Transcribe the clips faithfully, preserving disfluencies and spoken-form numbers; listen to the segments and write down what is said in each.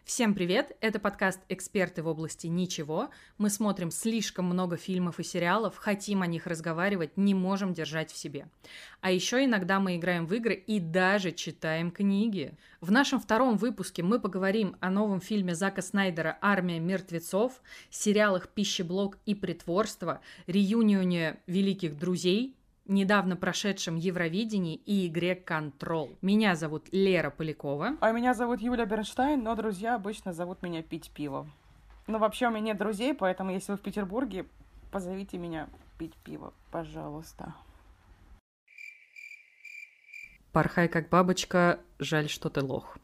Всем привет! Это подкаст «Эксперты в области ничего». Мы смотрим слишком много фильмов и сериалов, хотим о них разговаривать, не можем держать в себе. А еще иногда мы играем в игры и даже читаем книги. В нашем втором выпуске мы поговорим о новом фильме Зака Снайдера «Армия мертвецов», сериалах «Пищеблок» и «Притворство», реюнионе «Великих друзей», недавно прошедшем Евровидении и игре «Контрол». Меня зовут Лера Полякова. А меня зовут Юля Бернштейн, но друзья обычно зовут меня пить пиво. Ну, вообще, у меня нет друзей, поэтому, если вы в Петербурге, позовите меня пить пиво, пожалуйста. Порхай как бабочка, жаль, что ты лох.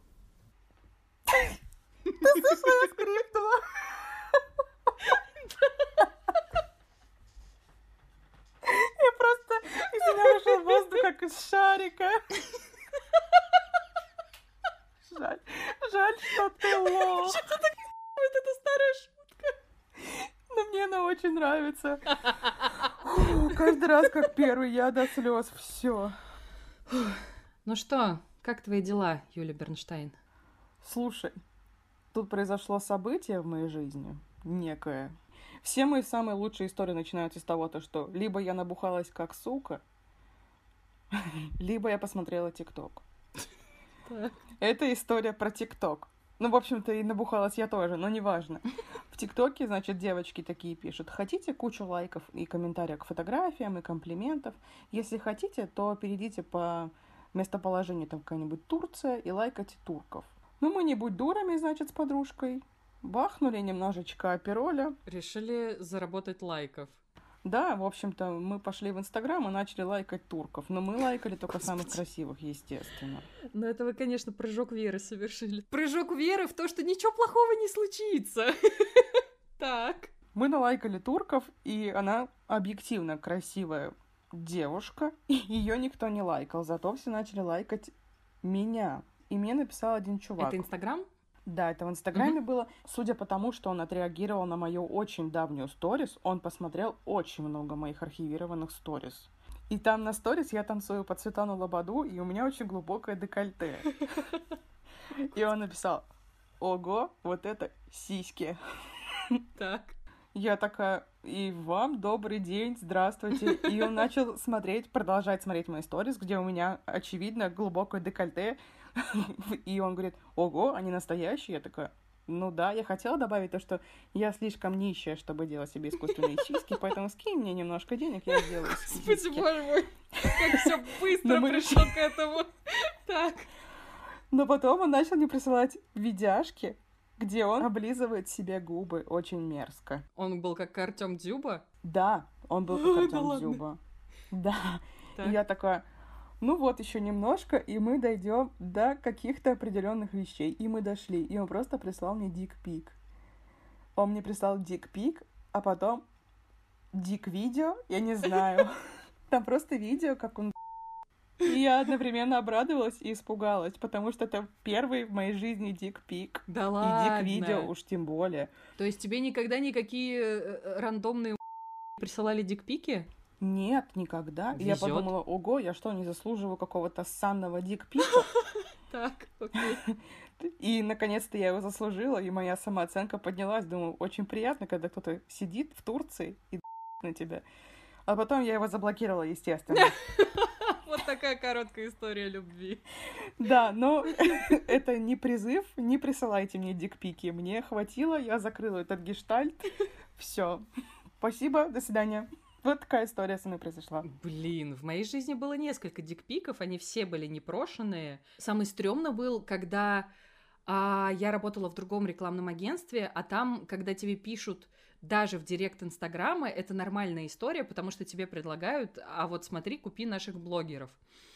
Ты слышала, я скрипнула? Я просто из меня вышел воздух, как из шарика. Жаль, жаль, что ты лох. Что так это старая шутка? Но мне она очень нравится. Фу, каждый раз как первый, я до слез, все. Ну что, как твои дела, Юля Бернштейн? Слушай, тут произошло событие в моей жизни, некое. Все мои самые лучшие истории начинаются с того, то, что либо я набухалась как сука, либо я посмотрела ТикТок. Это история про ТикТок. Ну, в общем-то, и набухалась я тоже, но неважно. В ТикТоке, значит, девочки такие пишут: хотите кучу лайков и комментариев к фотографиям и комплиментов? Если хотите, то перейдите по местоположению, там какая-нибудь Турция, и лайкайте турков. Ну, мы не будь дурами, значит, с подружкой. Бахнули немножечко апероля. Решили заработать лайков. Да, в общем-то, мы пошли в Инстаграм и начали лайкать турков. Но мы лайкали только Господи. самых красивых, естественно. Ну, это вы, конечно, прыжок веры совершили. Прыжок веры в то, что ничего плохого не случится. Так. Мы налайкали турков, и она объективно красивая девушка, и ее никто не лайкал. Зато все начали лайкать меня. И мне написал один чувак. Это Инстаграм? Да, это в Инстаграме Мгм. было. Судя по тому, что он отреагировал на мою очень давнюю сторис, он посмотрел очень много моих архивированных сторис. И там на сторис я танцую под Светлану Лободу, и у меня очень глубокое декольте. И он написал: ого, вот это сиськи. Так. Я такая: и вам добрый день, здравствуйте. И он начал смотреть, продолжать смотреть мои сторис, где у меня, очевидно, глубокое декольте. И он говорит: ого, они настоящие? Я такая: ну да, я хотела добавить то, что я слишком нищая, чтобы делать себе искусственные сиськи, поэтому скинь мне немножко денег, я сделаю Господи, сиськи. боже мой, как все быстро Но мы пришло к этому. Так. Но потом он начал мне присылать видяшки, где он облизывает себе губы очень мерзко. Он был как Артём Дзюба? Да, он был Ой, как да Артём ладно. Дзюба. Да. Так. И я такая: ну вот, еще немножко, и мы дойдем до каких-то определенных вещей. И мы дошли. И он просто прислал мне дик-пик. Он мне прислал дик-пик, а потом дик-видео, я не знаю. Там просто видео, как он... И я одновременно обрадовалась и испугалась, потому что это первый в моей жизни дик-пик. Да И ладно. дик-видео уж тем более. То есть тебе никогда никакие э, рандомные присылали дикпики? Нет, никогда. И я Везёт. подумала: ого, я что, не заслуживаю какого-то ссанного дик-пика? Так, окей. И, наконец-то, я его заслужила, и моя самооценка поднялась. Думаю, очень приятно, когда кто-то сидит в Турции и на тебя. А потом я его заблокировала, естественно. Вот такая короткая история любви. Да, но это не призыв, не присылайте мне дикпики. Мне хватило, я закрыла этот гештальт. Все. Спасибо, до свидания. Вот такая история со мной произошла. Блин, в моей жизни было несколько дикпиков, они все были непрошенные. Самый стрёмно был, когда а, я работала в другом рекламном агентстве, а там, когда тебе пишут даже в директ Инстаграма, это нормальная история, потому что тебе предлагают: а вот смотри, купи наших блогеров.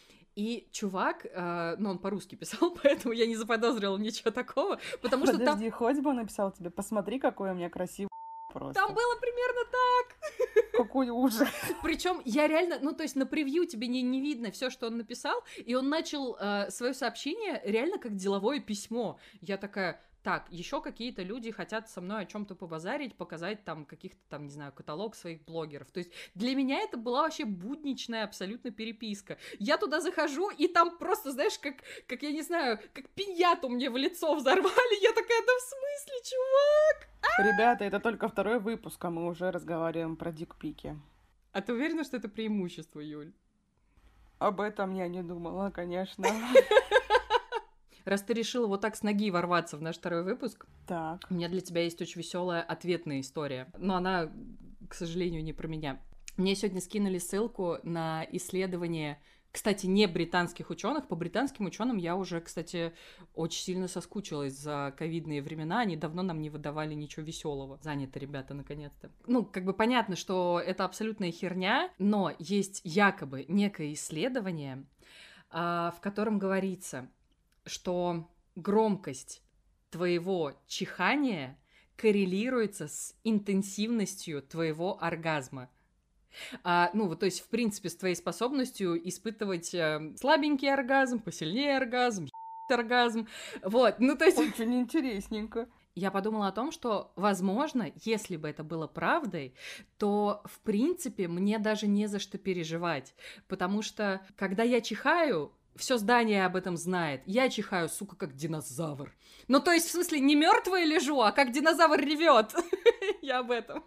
И чувак, э, ну он по-русски писал, поэтому я не заподозрила ничего такого, потому что там... Подожди, хоть бы он написал тебе: посмотри, какой у меня красивый просто. Там было примерно так. Какой ужас. Причем я реально, ну то есть на превью тебе не, не видно все, что он написал, и он начал э, свое сообщение реально как деловое письмо. Я такая... Так, еще какие-то люди хотят со мной о чем-то побазарить, показать там каких-то там, не знаю, каталог своих блогеров. То есть для меня это была вообще будничная абсолютно переписка. Я туда захожу, и там просто, знаешь, как, как я не знаю, как пиньяту мне в лицо взорвали. Я такая, да в смысле, чувак? Ребята, это только второй выпуск, а мы уже разговариваем про дикпики. А ты уверена, что это преимущество, Юль? Об этом я не думала, конечно. Раз ты решила вот так с ноги ворваться в наш второй выпуск, так. У меня для тебя есть очень веселая ответная история. Но она, к сожалению, не про меня. Мне сегодня скинули ссылку на исследование, кстати, не британских ученых. По британским ученым я уже, кстати, очень сильно соскучилась за ковидные времена. Они давно нам не выдавали ничего веселого. Заняты ребята, наконец-то. Ну, как бы понятно, что это абсолютная херня, но есть якобы некое исследование, в котором говорится, что громкость твоего чихания коррелируется с интенсивностью твоего оргазма. А, ну, вот, то есть, в принципе, с твоей способностью испытывать э, слабенький оргазм, посильнее оргазм, оргазм. Вот, ну, то есть... Очень интересненько. Я подумала о том, что, возможно, если бы это было правдой, то, в принципе, мне даже не за что переживать. Потому что, когда я чихаю, все здание об этом знает. Я чихаю, сука, как динозавр. Ну, то есть, в смысле, не мертвая лежу, а как динозавр ревет. Я об этом.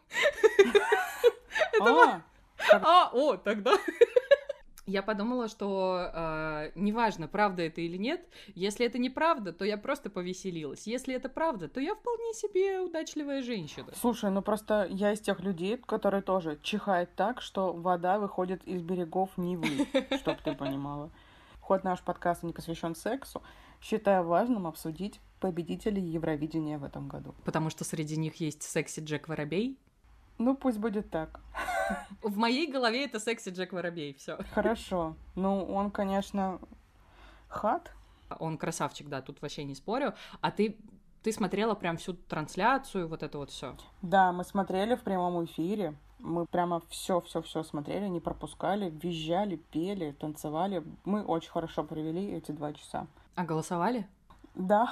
А, о, тогда... Я подумала, что э, неважно, правда это или нет, если это неправда, то я просто повеселилась. Если это правда, то я вполне себе удачливая женщина. Слушай, ну просто я из тех людей, которые тоже чихают так, что вода выходит из берегов Невы, чтоб ты понимала. Хоть наш подкаст не посвящен сексу, считаю важным обсудить победителей Евровидения в этом году. Потому что среди них есть секси Джек Воробей? Ну, пусть будет так. В моей голове это секси Джек Воробей, все. Хорошо. Ну, он, конечно, хат. Он красавчик, да, тут вообще не спорю. А ты, ты смотрела прям всю трансляцию, вот это вот все? Да, мы смотрели в прямом эфире. Мы прямо все-все-все смотрели, не пропускали, визжали, пели, танцевали. Мы очень хорошо провели эти два часа. А голосовали? Да.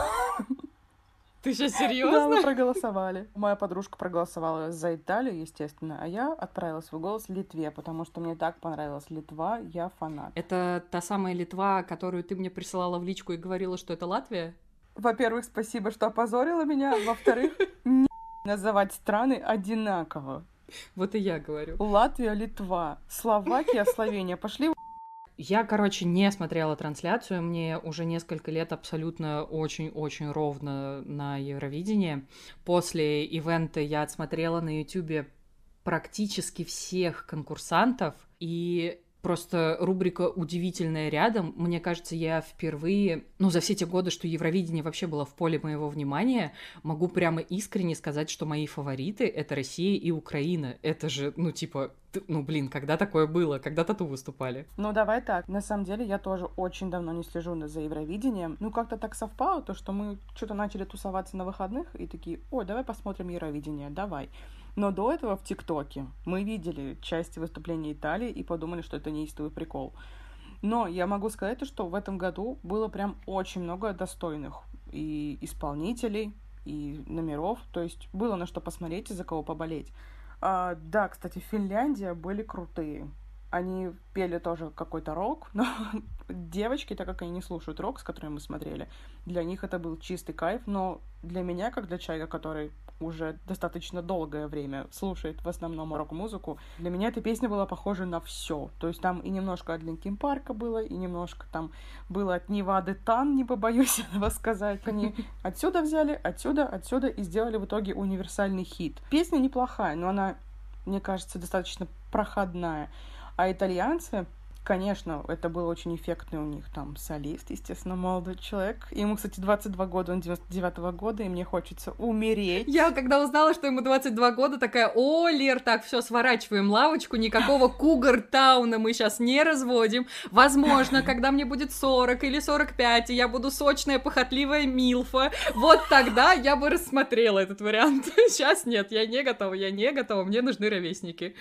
Ты сейчас серьезно? Да, мы проголосовали. Моя подружка проголосовала за Италию, естественно, а я отправила свой голос Литве, потому что мне так понравилась Литва, я фанат. Это та самая Литва, которую ты мне присылала в личку и говорила, что это Латвия? Во-первых, спасибо, что опозорила меня. Во-вторых, не называть страны одинаково. Вот и я говорю. Латвия, Литва, Словакия, Словения. Пошли. Я, короче, не смотрела трансляцию, мне уже несколько лет абсолютно очень-очень ровно на Евровидении. После ивента я отсмотрела на Ютубе практически всех конкурсантов, и просто рубрика «Удивительное рядом». Мне кажется, я впервые, ну, за все те годы, что Евровидение вообще было в поле моего внимания, могу прямо искренне сказать, что мои фавориты — это Россия и Украина. Это же, ну, типа, ну, блин, когда такое было? Когда тату выступали? Ну, давай так. На самом деле, я тоже очень давно не слежу за Евровидением. Ну, как-то так совпало, то, что мы что-то начали тусоваться на выходных и такие: ой, давай посмотрим Евровидение, давай. Но до этого в ТикТоке мы видели части выступления Италии и подумали, что это неистовый прикол. Но я могу сказать, что в этом году было прям очень много достойных и исполнителей, и номеров. То есть было на что посмотреть и за кого поболеть. А, да, кстати, Финляндия были крутые. Они пели тоже какой-то рок, но девочки, так как они не слушают рок, с которым мы смотрели, для них это был чистый кайф, но для меня, как для человека, который уже достаточно долгое время слушает в основном рок-музыку, для меня эта песня была похожа на все. То есть там и немножко от Линкин Парка было, и немножко там было от Невады Тан, не побоюсь этого сказать. Они отсюда взяли, отсюда, отсюда и сделали в итоге универсальный хит. Песня неплохая, но она, мне кажется, достаточно проходная. А итальянцы, Конечно, это был очень эффектный у них там солист, естественно, молодой человек. Ему, кстати, двадцать два года, он девяносто девятого года, и мне хочется умереть. Я, когда узнала, что ему двадцать два года, такая: о, Лер, так, все, сворачиваем лавочку, никакого Кугар-тауна мы сейчас не разводим. Возможно, когда мне будет сорок или сорок пять, и я буду сочная, похотливая милфа, вот тогда я бы рассмотрела этот вариант. Сейчас нет, я не готова, я не готова, мне нужны ровесники.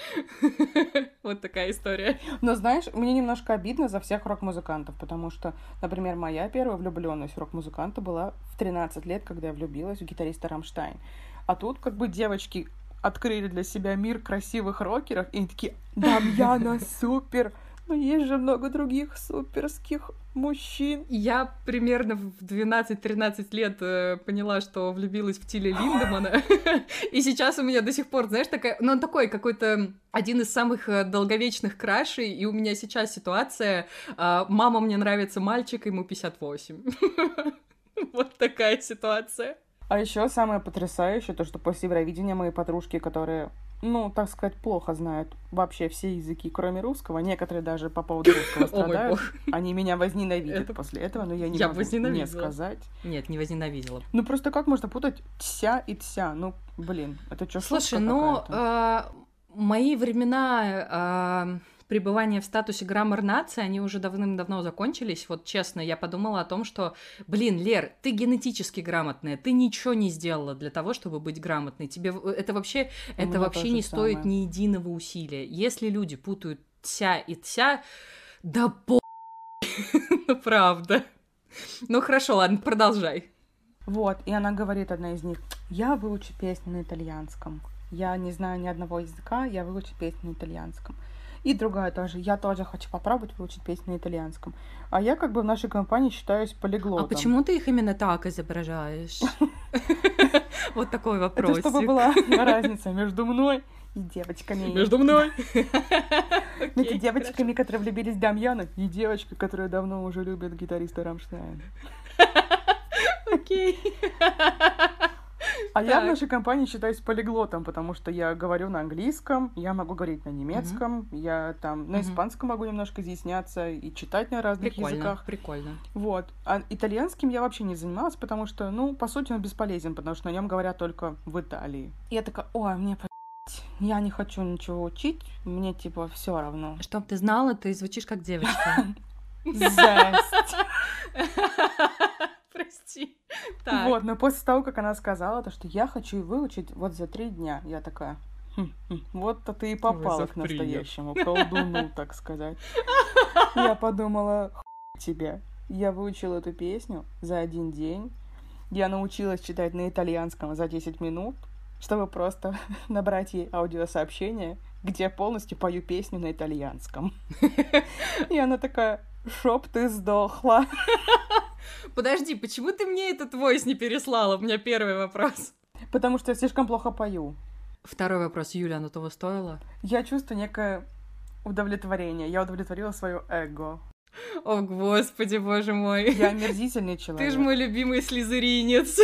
Вот такая история. Но знаешь, мне немножко обидно за всех рок-музыкантов, потому что, например, моя первая влюбленность в рок-музыканта была в тринадцать лет, когда я влюбилась в гитариста Рамштайн. А тут как бы девочки открыли для себя мир красивых рокеров, и они такие: Дамьяна супер! Но есть же много других суперских мужчин. Я примерно в двенадцать-тринадцать лет э, поняла, что влюбилась в Тиля Линдемана. И сейчас у меня до сих пор, знаешь, такая... Ну, он такой какой-то один из самых долговечных крашей, и у меня сейчас ситуация: э, мама, мне нравится мальчик, ему пятьдесят восемь. Вот такая ситуация. А еще самое потрясающее, то, что после Евровидения мои подружки, которые... ну, так сказать, плохо знают вообще все языки, кроме русского. Некоторые даже по поводу русского страдают. Они меня возненавидят Это... после этого, но я не я могу не сказать. Нет, не возненавидела. Ну, просто как можно путать тся и тся? Ну, блин, это что, Слушай, ну, э, мои времена... Э... пребывания в статусе граммар нации, они уже давным-давно закончились. Вот честно, я подумала о том, что, блин, Лер, ты генетически грамотная, ты ничего не сделала для того, чтобы быть грамотной. Тебе это вообще, это вообще не самое. Стоит ни единого усилия. Если люди путают тся и тся, да по... Ну, правда. Ну, хорошо, ладно, продолжай. Вот, и она говорит, одна из них: я выучу песню на итальянском. Я не знаю ни одного языка, я выучу песню на итальянском. И другая тоже. Я тоже хочу попробовать выучить песню на итальянском. А я как бы в нашей компании считаюсь полиглотом. А почему ты их именно так изображаешь? Вот такой вопросик. Это чтобы была разница между мной и девочками. Между мной. Между девочками, которые влюбились в Дамьяна, и девочкой, которая давно уже любит гитариста Рамштайн. Окей. А так. Я в нашей компании считаюсь полиглотом, потому что я говорю на английском, я могу говорить на немецком, uh-huh. я там на uh-huh. испанском могу немножко изъясняться и читать на разных прикольно, языках. Прикольно. Вот. А итальянским я вообще не занималась, потому что, ну, по сути, он бесполезен, потому что на нем говорят только в Италии. И я такая: ой, мне по***ть, я не хочу ничего учить, мне типа все равно. Чтоб ты знала, ты звучишь как девочка. Жесть. Прости. Так. Вот, но после того, как она сказала, то, что я хочу выучить вот за три дня, я такая: хм, хм, вот-то ты и попала к настоящему колдуну, так сказать. Я подумала: хуй тебе. Я выучила эту песню за один день. Я научилась читать на итальянском за десять минут, чтобы просто набрать ей аудиосообщение, где я полностью пою песню на итальянском. И она такая: шоп ты сдохла. Подожди, почему ты мне этот войс не переслала? У меня первый вопрос. Потому что я слишком плохо пою. Второй вопрос: Юля, оно того стоило? Я чувствую некое удовлетворение. Я удовлетворила свое эго. О, господи, боже мой. Я омерзительный человек. Ты же мой любимый слизеринец.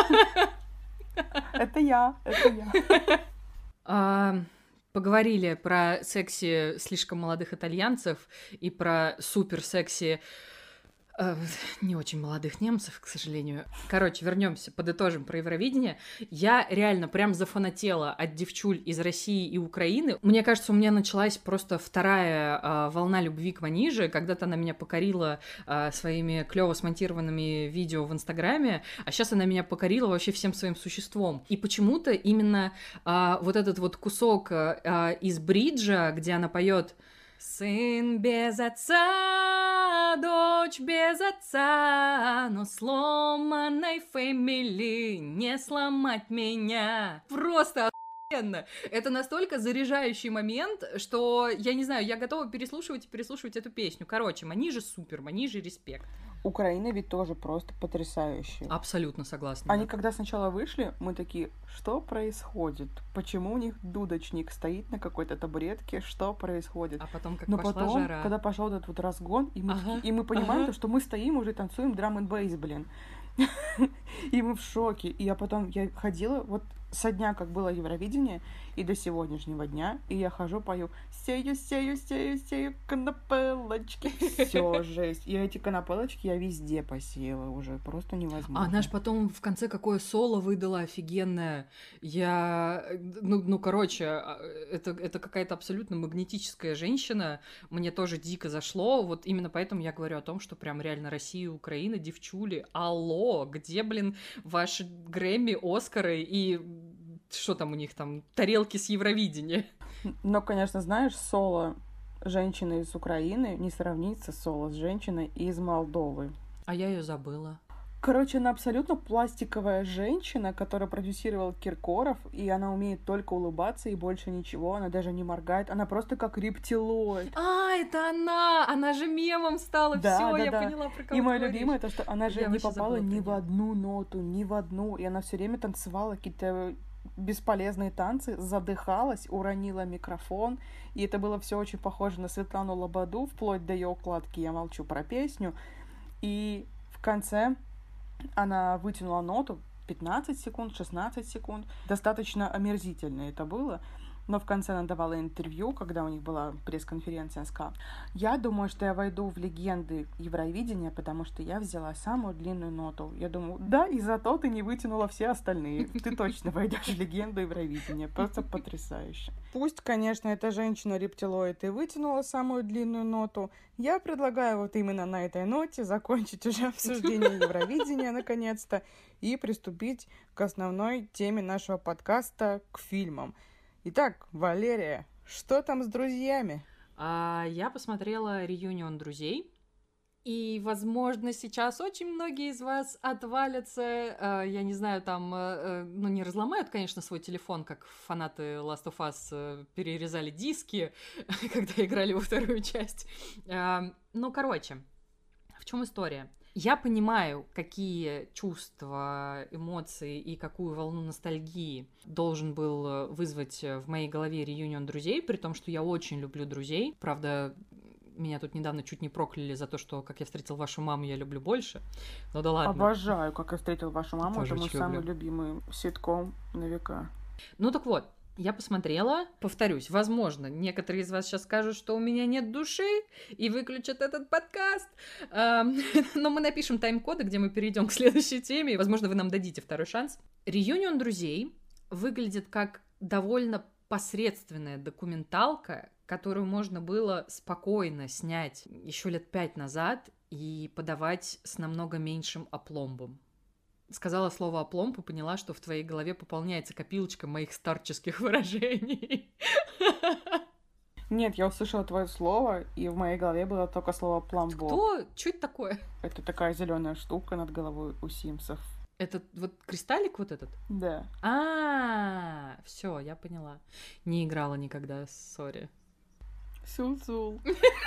Это я, это я. А, поговорили про секси слишком молодых итальянцев и про супер-секси э, не очень молодых немцев, к сожалению. Короче, вернемся, подытожим про Евровидение. Я реально прям зафанатела от девчуль из России и Украины. Мне кажется, у меня началась просто вторая э, волна любви к Ваниже. Когда-то она меня покорила э, своими клёво смонтированными видео в Инстаграме, а сейчас она меня покорила вообще всем своим существом. И почему-то именно э, вот этот вот кусок э, из бриджа, где она поет: сын без отца, дочь без отца, но сломанной фэмили не сломать меня. Просто охуенно. Это настолько заряжающий момент, что, я не знаю, я готова переслушивать и переслушивать эту песню. Короче, Манижа супер, Манижа респект. Украина ведь тоже просто потрясающая. Абсолютно согласна. Они да. когда сначала вышли, мы такие: что происходит? Почему у них дудочник стоит на какой-то табуретке? Что происходит? А потом как Но пошла потом, жара. когда пошел этот вот разгон, и мы, ага. такие, и мы понимаем, ага. то, что мы стоим уже, танцуем драм-н-бейс, блин. И мы в шоке. И я потом, я ходила вот со дня, как было Евровидение, и до сегодняшнего дня, и я хожу, пою «Сею, сею, сею, сею конопелочки». Все жесть. И эти конопелочки я везде посеяла уже, просто невозможно. А она ж потом в конце какое соло выдала офигенное. Я... Ну, ну короче, это, это какая-то абсолютно магнетическая женщина. Мне тоже дико зашло. Вот именно поэтому я говорю о том, что прям реально Россия и Украина, девчули, алло, где, блин, ваши Грэмми, Оскары и... Что там у них там? Тарелки с Евровидения. Но, конечно, знаешь, соло женщины из Украины не сравнится с соло с женщиной из Молдовы. А я ее забыла. Короче, она абсолютно пластиковая женщина, которая продюсировал Киркоров, и она умеет только улыбаться и больше ничего, она даже не моргает, она просто как рептилоид. А, это она! Она же мемом стала, да, все, да, я да. поняла, про кого И мое ты любимое, то, что она же я не попала ни в нее. одну ноту, ни в одну, и она все время танцевала какие-то бесполезные танцы, задыхалась, уронила микрофон, и это было все очень похоже на Светлану Лободу, вплоть до ее укладки «Я молчу» про песню, и в конце она вытянула ноту пятнадцать секунд, шестнадцать секунд, достаточно омерзительно это было, но в конце она давала интервью, когда у них была пресс-конференция, она сказала: я думаю, что я войду в легенды Евровидения, потому что я взяла самую длинную ноту. Я думаю, да, и зато ты не вытянула все остальные. Ты точно войдешь в легенду Евровидения. Просто потрясающе. Пусть, конечно, эта женщина-рептилоид и вытянула самую длинную ноту, я предлагаю вот именно на этой ноте закончить уже обсуждение Евровидения, наконец-то, и приступить к основной теме нашего подкаста, к фильмам. Итак, Валерия, что там с друзьями? А, я посмотрела реюнион друзей. И, возможно, сейчас очень многие из вас отвалятся, э, я не знаю, там, э, ну, не разломают, конечно, свой телефон, как фанаты Last of Us э, перерезали диски, когда играли во вторую часть. Э, ну, короче, в чем история? Я понимаю, какие чувства, эмоции и какую волну ностальгии должен был вызвать в моей голове реюнион друзей, при том, что я очень люблю друзей. Правда, меня тут недавно чуть не прокляли за то, что «Как я встретил вашу маму» я люблю больше. Ну да ладно. Обожаю «Как я встретил вашу маму». Тоже это мой очень самый люблю. любимый ситком на века. Ну так вот, я посмотрела, повторюсь, возможно, некоторые из вас сейчас скажут, что у меня нет души, и выключат этот подкаст, но мы напишем тайм-коды, где мы перейдем к следующей теме, и, возможно, вы нам дадите второй шанс. Реюнион друзей выглядит как довольно посредственная документалка, которую можно было спокойно снять еще лет пять назад и подавать с намного меньшим опломбом. Сказала слово «опломб» и поняла, что в твоей голове пополняется копилочка моих старческих выражений. Нет, я услышала твое слово, и в моей голове было только слово «пломбо». Кто? Что это такое? Это такая зеленая штука над головой у Симсов. Это вот кристаллик вот этот? Да. А, все, я поняла. Не играла никогда, сори. Сул-сул.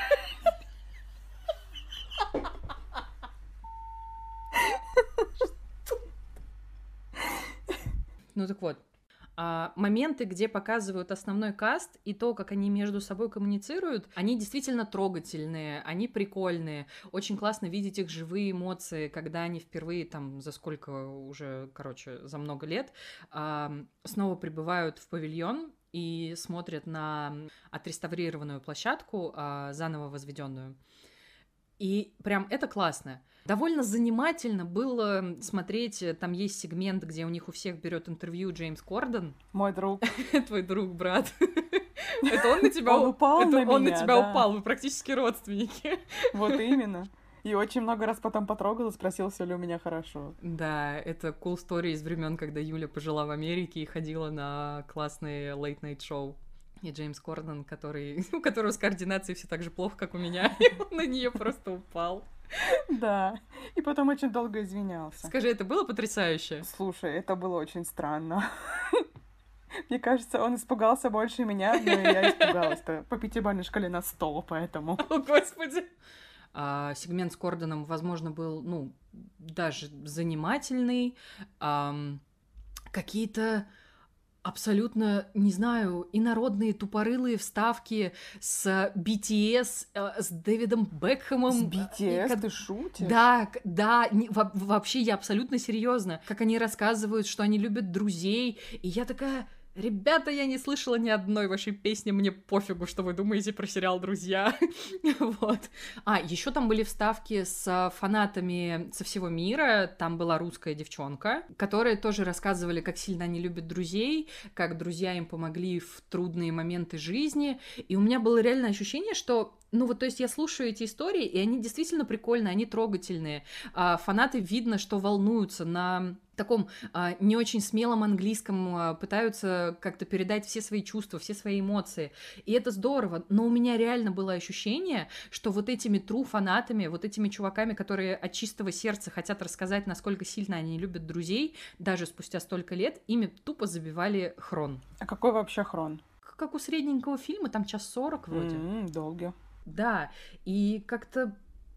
Ну так вот, а, моменты, где показывают основной каст и то, как они между собой коммуницируют, они действительно трогательные, они прикольные. Очень классно видеть их живые эмоции, когда они впервые там за сколько уже, короче, за много лет а, снова прибывают в павильон и смотрят на отреставрированную площадку, а, заново возведенную. И прям это классно. Довольно занимательно было смотреть, там есть сегмент, где у них у всех берет интервью Джеймс Корден. Мой друг. Твой друг, брат. Это он на тебя Он упал на Он на меня, тебя да. упал, вы практически родственники. Вот именно. И очень много раз потом потрогал и спросил, все ли у меня хорошо. Да, это cool story из времен, когда Юля пожила в Америке и ходила на классные late-night шоу. И Джеймс Корден, который, у которого с координацией все так же плохо, как у меня, и он на нее просто упал. Да, и потом очень долго извинялся. Скажи, это было потрясающе? Слушай, это было очень странно. Мне кажется, он испугался больше меня, но я испугалась-то по пятибалльной шкале на сто, поэтому... О, Господи! А, сегмент с Кордоном, возможно, был, ну, даже занимательный. А, какие-то абсолютно, не знаю, инородные тупорылые вставки с би ти эс, э, с Дэвидом Бекхэмом. С би ти эс, ты шутишь? Да, да, не, во- вообще я абсолютно серьезно. Как они рассказывают, что они любят друзей, и я такая... Ребята, я не слышала ни одной вашей песни, мне пофигу, что вы думаете про сериал «Друзья». Вот. А, еще там были вставки с фанатами со всего мира, там была русская девчонка, которые тоже рассказывали, как сильно они любят друзей, как друзья им помогли в трудные моменты жизни, и у меня было реально ощущение, что ну вот, то есть я слушаю эти истории, и они действительно прикольные, они трогательные. А, фанаты видно, что волнуются на таком а, не очень смелом английском, а, пытаются как-то передать все свои чувства, все свои эмоции. И это здорово. Но у меня реально было ощущение, что вот этими true фанатами, вот этими чуваками, которые от чистого сердца хотят рассказать, насколько сильно они любят друзей, даже спустя столько лет, ими тупо забивали хрон. А какой вообще хрон? Как у средненького фильма, там час сорок вроде. Mm-hmm, долго. Да, и как-то,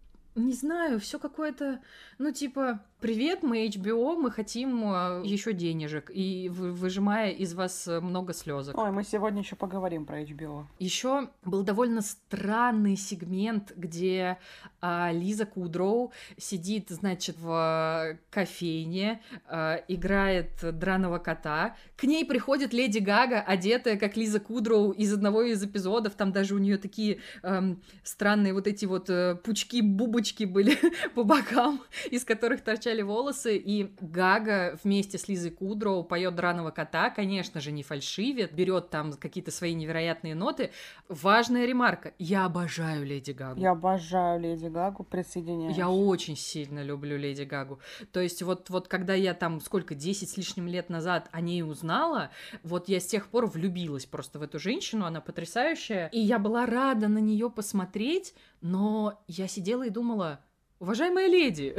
не знаю, все какое-то, ну, типа, привет, мы эйч би о, мы хотим еще денежек, и вы- выжимая из вас много слезок. Ой, мы сегодня еще поговорим про эйч би о. Еще был довольно странный сегмент, где а, Лиза Кудроу сидит, значит, в кофейне, а, играет драного кота. К ней приходит Леди Гага, одетая как Лиза Кудроу из одного из эпизодов. Там даже у нее такие эм, странные вот эти вот э, пучки-бубочки были по бокам, из которых торчали волосы. И Гага вместе с Лизой Кудроу поет драного кота, конечно же, не фальшивит, берет там какие-то свои невероятные ноты. Важная ремарка. Я обожаю Леди Гагу. Я обожаю Леди Гагу, присоединяюсь. Я очень сильно люблю Леди Гагу. То есть вот, вот когда я там, сколько, десять с лишним лет назад о ней узнала, вот я с тех пор влюбилась просто в эту женщину, она потрясающая. И я была рада на нее посмотреть, но я сидела и думала... Уважаемая леди,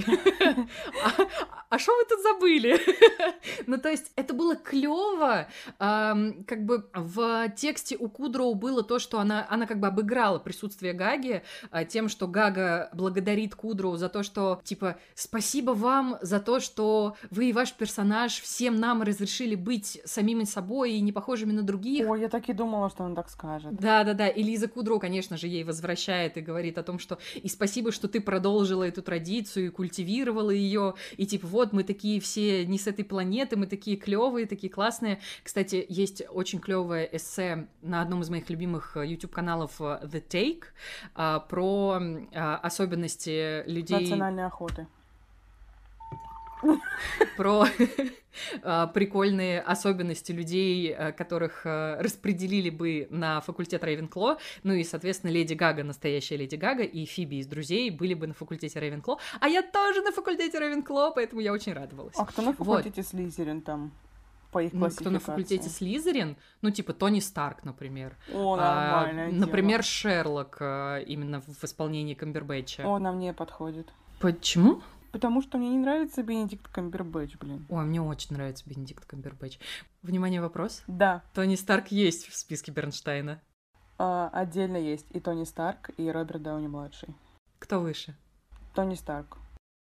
а что вы тут забыли? Ну, то есть, это было клево. Как бы в тексте у Кудроу было то, что она, она как бы обыграла присутствие Гаги а, тем, что Гага благодарит Кудроу за то, что, типа, спасибо вам за то, что вы и ваш персонаж всем нам разрешили быть самими собой и не похожими на других. Ой, я так и думала, что он так скажет. Да-да-да, и Лиза Кудроу, конечно же, ей возвращает и говорит о том, что и спасибо, что ты продолжила эту традицию и культивировала ее, и типа вот мы такие все не с этой планеты, мы такие клевые, такие классные. Кстати, есть очень клевое эссе на одном из моих любимых YouTube-каналов The Take а, про а, особенности людей... Национальной охоты. Про прикольные особенности людей, которых распределили бы на факультет Рейвенкло. Ну и, соответственно, Леди Гага, настоящая Леди Гага, и Фиби из «Друзей» были бы на факультете Рейвенкло. А я тоже на факультете Рейвенкло, поэтому я очень радовалась. А кто на факультете вот. Слизерин там? По их ну, кто на факультете Слизерин? Ну, типа Тони Старк, например. О, нормальная а, Например, Шерлок, именно в исполнении Камбербэтча. О, нам не подходит. Почему? Потому что мне не нравится Бенедикт Камбербэтч, блин. Ой, мне очень нравится Бенедикт Камбербэтч. Внимание, вопрос? Да. Тони Старк есть в списке Бернштейна. А, отдельно есть и Тони Старк, и Роберт Дауни-младший. Кто выше? Тони Старк.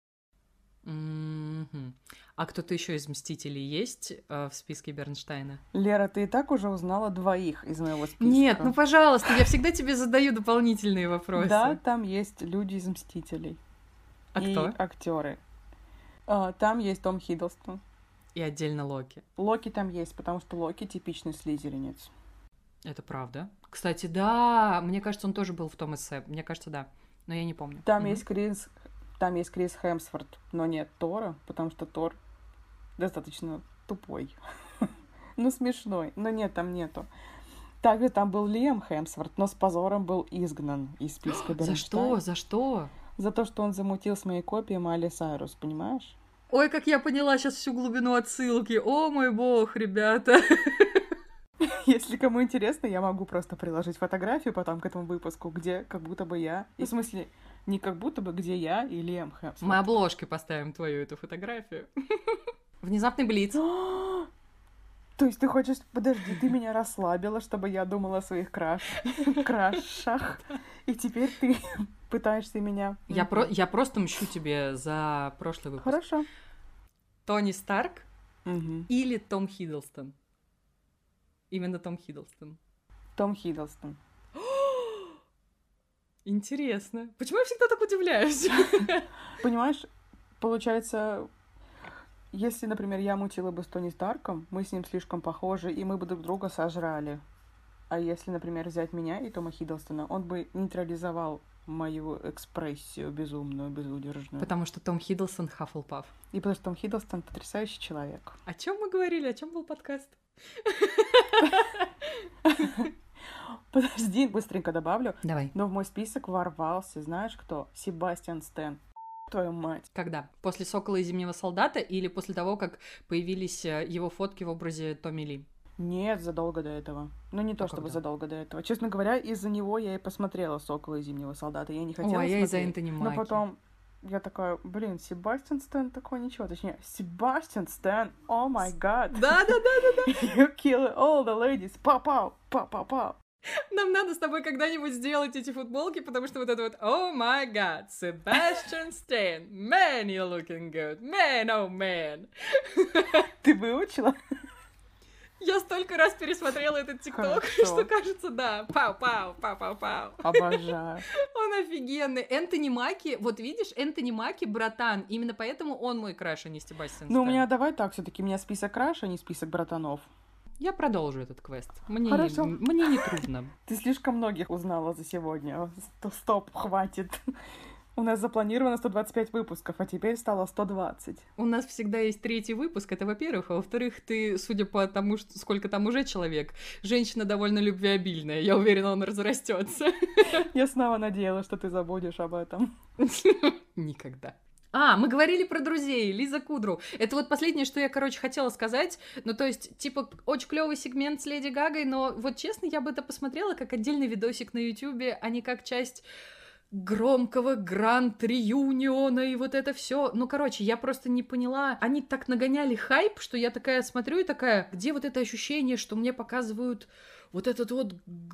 Mm-hmm. А кто-то еще из Мстителей есть э, в списке Бернштейна? Лера, ты и так уже узнала двоих из моего списка. Нет, ну пожалуйста, я всегда тебе задаю дополнительные вопросы. Да, там есть люди из Мстителей. А и кто? актеры. А, там есть Том Хиддлстон. И отдельно Локи. Локи там есть, потому что Локи типичный слизеринец. Это правда. Кстати, да, мне кажется, он тоже был в том эссе. Мне кажется, да. Но я не помню. Там mm-hmm. есть Крис, там есть Крис Хемсворт, но нет Тора, потому что Тор достаточно тупой. Ну, смешной. Но нет, там нету. Также там был Лиам Хемсворт, но с позором был изгнан из списка Бернштейна. За что? За что? За то, что он замутил с моей копией Майли Сайрус, понимаешь? Ой, как я поняла сейчас всю глубину отсылки. О мой бог, ребята. Если кому интересно, я могу просто приложить фотографию потом к этому выпуску, где как будто бы я... И в смысле, не как будто бы, где я и Лиам Хемсворт. Мы обложкой поставим твою эту фотографию. Внезапный блиц. То есть ты хочешь... Подожди, ты меня расслабила, чтобы я думала о своих краш... крашах, и теперь ты пытаешься меня... Я, про... я просто мщу тебе за прошлый выпуск. Хорошо. Тони Старк угу. или Том Хиддлстон? Именно Том Хиддлстон. Том Хиддлстон. Интересно. Почему я всегда так удивляюсь? Понимаешь, получается, если, например, я мутила бы с Тони Старком, мы с ним слишком похожи, и мы бы друг друга сожрали. А если, например, взять меня и Тома Хиддлстона, он бы нейтрализовал мою экспрессию безумную, безудержную. Потому что Том Хиддлстон Хаффлпаф. И потому что Том Хиддлстон потрясающий человек. О чем мы говорили? О чем был подкаст? Подожди, быстренько добавлю. Давай. Но в мой список ворвался, знаешь кто? Себастьян Стэн. Твою мать. Когда? После «Сокола и Зимнего солдата» или после того, как появились его фотки в образе Томми Ли? Нет, задолго до этого. Ну, не то А чтобы когда? задолго до этого. Честно говоря, из-за него я и посмотрела «Сокола и Зимнего солдата». Я не хотела О, а я смотреть. из-за Энтони Маки. Но потом я такая, блин, Себастьян Стэн такой ничего. Точнее, Себастьян Стэн, о май гад. Да-да-да-да-да. You kill all the ladies. Пау-пау, пау-пау-пау. Нам надо с тобой когда-нибудь сделать эти футболки, потому что вот это вот «Oh my God, Sebastian Stan, man, you're looking good, man, oh man». Ты выучила? Я столько раз пересмотрела этот ТикТок, Хорошо. что кажется, да, пау-пау, пау-пау-пау. Обожаю. Он офигенный. Энтони Маки, вот видишь, Энтони Маки братан, именно поэтому он мой краш, а не Себастьян Ну, у Стэн. меня давай так, все-таки у меня список краш, а не список братанов. Я продолжу этот квест. Мне, Хорошо. мне не трудно. Ты слишком многих узнала за сегодня. Ст- Стоп, хватит. У нас запланировано сто двадцать пять выпусков, а теперь стало сто двадцать. У нас всегда есть третий выпуск, это во-первых, а во-вторых, ты, судя по тому, что, сколько там уже человек, женщина довольно любвеобильная, я уверена, он разрастется. Я снова надеялась, что ты забудешь об этом. Никогда. А, мы говорили про друзей, Лиза Кудроу. Это вот последнее, что я, короче, хотела сказать. Ну, то есть, типа, очень клевый сегмент с Леди Гагой, но вот честно, я бы это посмотрела как отдельный видосик на Ютубе, а не как часть громкого гранд-реюниона и вот это все. Ну, короче, я просто не поняла. Они так нагоняли хайп, что я такая смотрю и такая, где вот это ощущение, что мне показывают вот этот вот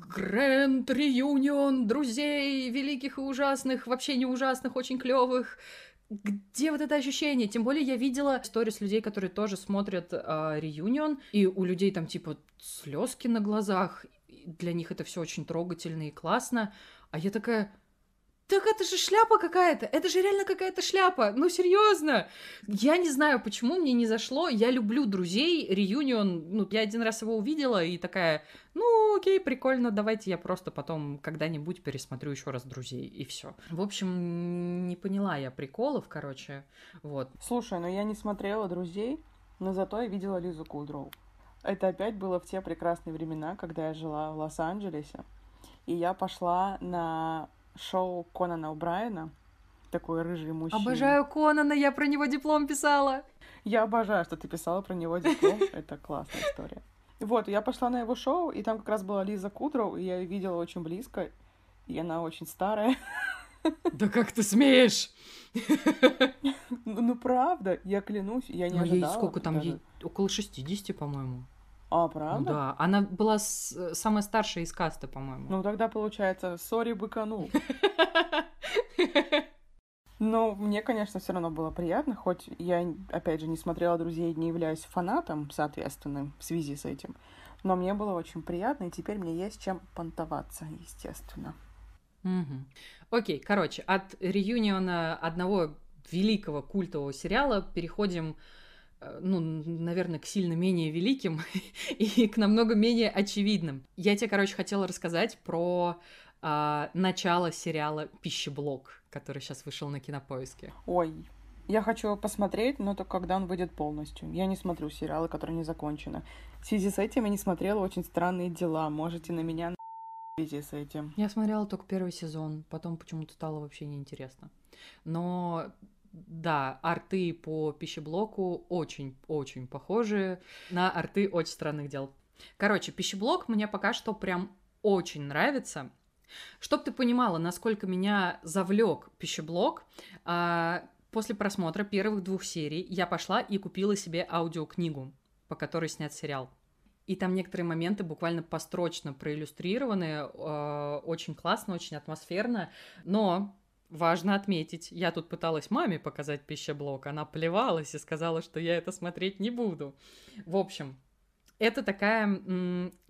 гранд-реюнион друзей великих и ужасных, вообще не ужасных, очень клевых. Где вот это ощущение? Тем более я видела сторис людей, которые тоже смотрят э, реюнион, и у людей там типа слезки на глазах. Для них это все очень трогательно и классно. А я такая... Так это же шляпа какая-то, это же реально какая-то шляпа, ну серьезно. Я не знаю, почему мне не зашло, я люблю друзей, реюнион, ну я один раз его увидела и такая, ну окей, прикольно, давайте я просто потом когда-нибудь пересмотрю еще раз друзей и все. В общем, не поняла я приколов, короче, вот. Слушай, ну я не смотрела «Друзей», но зато я видела Лизу Кудроу. Это опять было в те прекрасные времена, когда я жила в Лос-Анджелесе, и я пошла на шоу Конана О'Брайена, такой рыжий мужчина. Обожаю Конана, я про него диплом писала. Я обожаю, что ты писала про него диплом, это классная история. Вот, я пошла на его шоу, и там как раз была Лиза Кудроу, и я ее видела очень близко, и она очень старая. Да как ты смеешь? Ну, ну, правда, я клянусь, я не Ну, ей ожидала. сколько там, даже. ей около шестидесяти, по-моему. А, Ну правда? да, она была с- самая старшая из каста, по-моему. Ну, тогда получается, сори, быканул. Но мне, конечно, все равно было приятно, хоть я, опять же, не смотрела «Друзей» и не являюсь фанатом, соответственно, в связи с этим. Но мне было очень приятно, и теперь мне есть чем понтоваться, естественно. Мгм. Окей, короче, от реюниона одного великого культового сериала переходим, э, ну, наверное, к сильно менее великим и к намного менее очевидным. Я тебе, короче, хотела рассказать про а, начало сериала «Пищеблок», который сейчас вышел на Кинопоиске. Ой, я хочу его посмотреть, но только когда он выйдет полностью. Я не смотрю сериалы, которые не закончены. В связи с этим я не смотрела «Очень странные дела». Можете на меня на в связи с этим. Я смотрела только первый сезон, потом почему-то стало вообще неинтересно. Но да, арты по пищеблоку очень-очень похожи на арты очень странных дел. Короче, пищеблок мне пока что прям очень нравится. Чтоб ты понимала, насколько меня завлек пищеблок, а, после просмотра первых двух серий я пошла и купила себе аудиокнигу, по которой снят сериал. И там некоторые моменты буквально построчно проиллюстрированы, э, очень классно, очень атмосферно, но важно отметить, я тут пыталась маме показать пищеблок, она плевалась и сказала, что я это смотреть не буду. В общем, это такая м,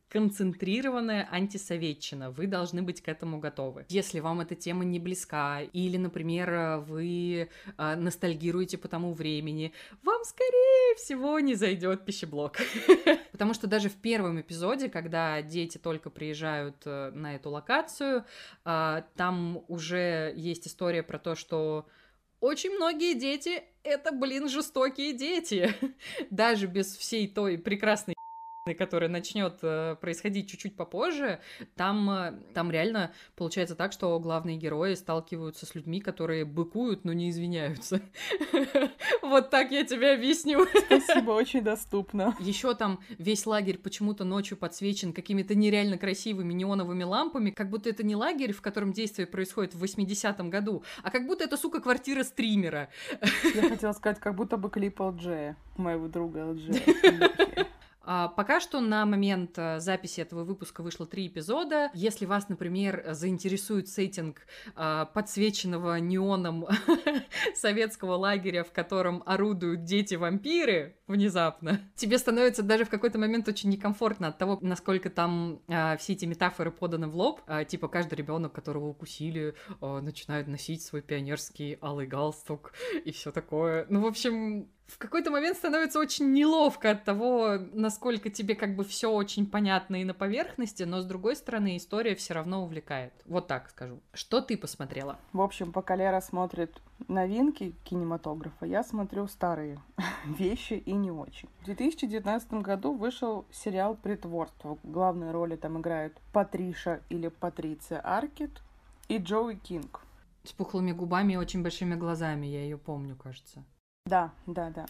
концентрированная антисоветчина. Вы должны быть к этому готовы. Если вам эта тема не близка, или, например, вы э, ностальгируете по тому времени, вам, скорее всего, не зайдет пищеблок. Потому что даже в первом эпизоде, когда дети только приезжают э, на эту локацию, э, там уже есть история про то, что очень многие дети — это, блин, жестокие дети. Даже без всей той прекрасной которая начнет э, происходить чуть-чуть попозже, там, э, там реально получается так, что главные герои сталкиваются с людьми, которые быкуют, но не извиняются. Вот так я тебе объясню. Спасибо, очень доступно. Еще там весь лагерь почему-то ночью подсвечен какими-то нереально красивыми неоновыми лампами, как будто это не лагерь, в котором действие происходит в восьмидесятом году, а как будто это, сука, квартира стримера. Я хотела сказать, как будто бы клип эл джея, моего друга эл джея. А, пока что на момент а, записи этого выпуска вышло три эпизода. Если вас, например, заинтересует сеттинг а, подсвеченного неоном советского лагеря, в котором орудуют дети-вампиры внезапно, тебе становится даже в какой-то момент очень некомфортно от того, насколько там а, все эти метафоры поданы в лоб. А, типа каждый ребенок, которого укусили, а, начинает носить свой пионерский алый галстук и все такое. Ну, в общем... В какой-то момент становится очень неловко от того, насколько тебе как бы все очень понятно и на поверхности, но с другой стороны история все равно увлекает. Вот так скажу. Что ты посмотрела? В общем, пока Лера смотрит новинки кинематографа, я смотрю старые вещи и не очень. В две тысячи девятнадцатом году вышел сериал «Притворство». Главные роли там играют Патриша или Патриция Аркет и Джоуи Кинг. С пухлыми губами и очень большими глазами, я ее помню, кажется. Да, да, да.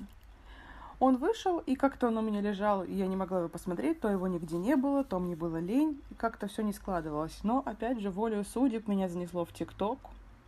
Он вышел, и как-то он у меня лежал, и я не могла его посмотреть, то его нигде не было, то мне было лень, и как-то все не складывалось. Но, опять же, волею судеб меня занесло в ТикТок.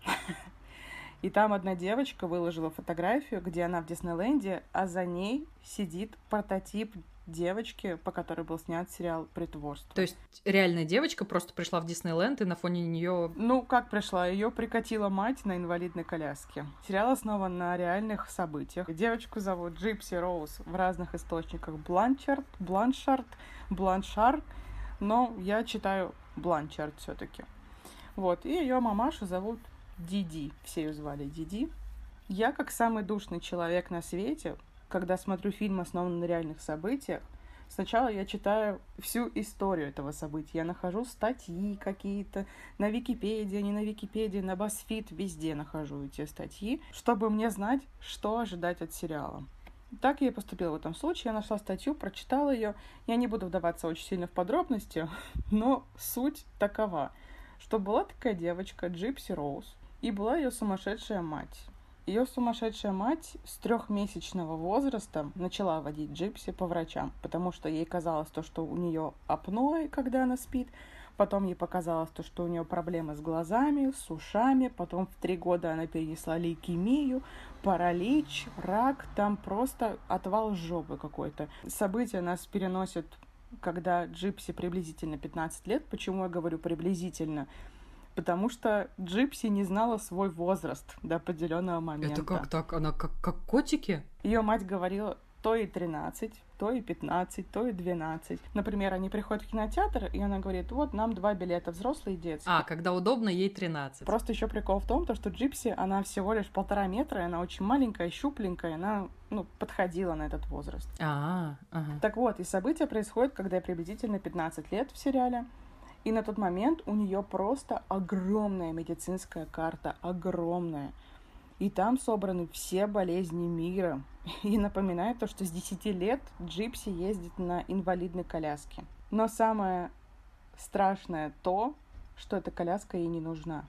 И там одна девочка выложила фотографию, где она в Диснейленде, а за ней сидит прототип девочки, по которой был снят сериал «Притворство». То есть реальная девочка просто пришла в Диснейленд, и на фоне нее... Ну, как пришла? Ее прикатила мать на инвалидной коляске. Сериал основан на реальных событиях. Девочку зовут Джипси Роуз в разных источниках. Бланчард, Бланшард, Бланшар, но я читаю Бланчард все-таки. Вот, и ее мамашу зовут Диди. Все ее звали Диди. Я, как самый душный человек на свете, когда смотрю фильм, основанный на реальных событиях, сначала я читаю всю историю этого события. Я нахожу статьи какие-то на Википедии, не на Википедии, на BuzzFeed, везде нахожу эти статьи, чтобы мне знать, что ожидать от сериала. Так я и поступила в этом случае. Я нашла статью, прочитала ее. Я не буду вдаваться очень сильно в подробности, но суть такова, что была такая девочка Джипси Роуз, и была ее сумасшедшая мать. Ее сумасшедшая мать с трехмесячного возраста начала водить Джипси по врачам, потому что ей казалось то, что у нее апноэ, когда она спит, потом ей показалось то, что у нее проблемы с глазами, с ушами, потом в три года она перенесла лейкемию, паралич, рак, там просто отвал жопы какой-то. События нас переносят, когда Джипси приблизительно пятнадцать лет. Почему я говорю приблизительно? Потому что Джипси не знала свой возраст до определенного момента. Это как так? Она как, как котики? Ее мать говорила то и тринадцать, то и пятнадцать, то и двенадцать. Например, они приходят в кинотеатр, и она говорит, вот нам два билета, взрослый и детский. А, когда удобно, ей тринадцать. Просто еще прикол в том, то, что Джипси, она всего лишь полтора метра, и она очень маленькая, щупленькая, она ну, подходила на этот возраст. А, ага. Так вот, и события происходят, когда ей приблизительно пятнадцать лет в сериале. И на тот момент у нее просто огромная медицинская карта, огромная. И там собраны все болезни мира. И напоминает то, что с десяти лет Джипси ездит на инвалидной коляске. Но самое страшное то, что эта коляска ей не нужна.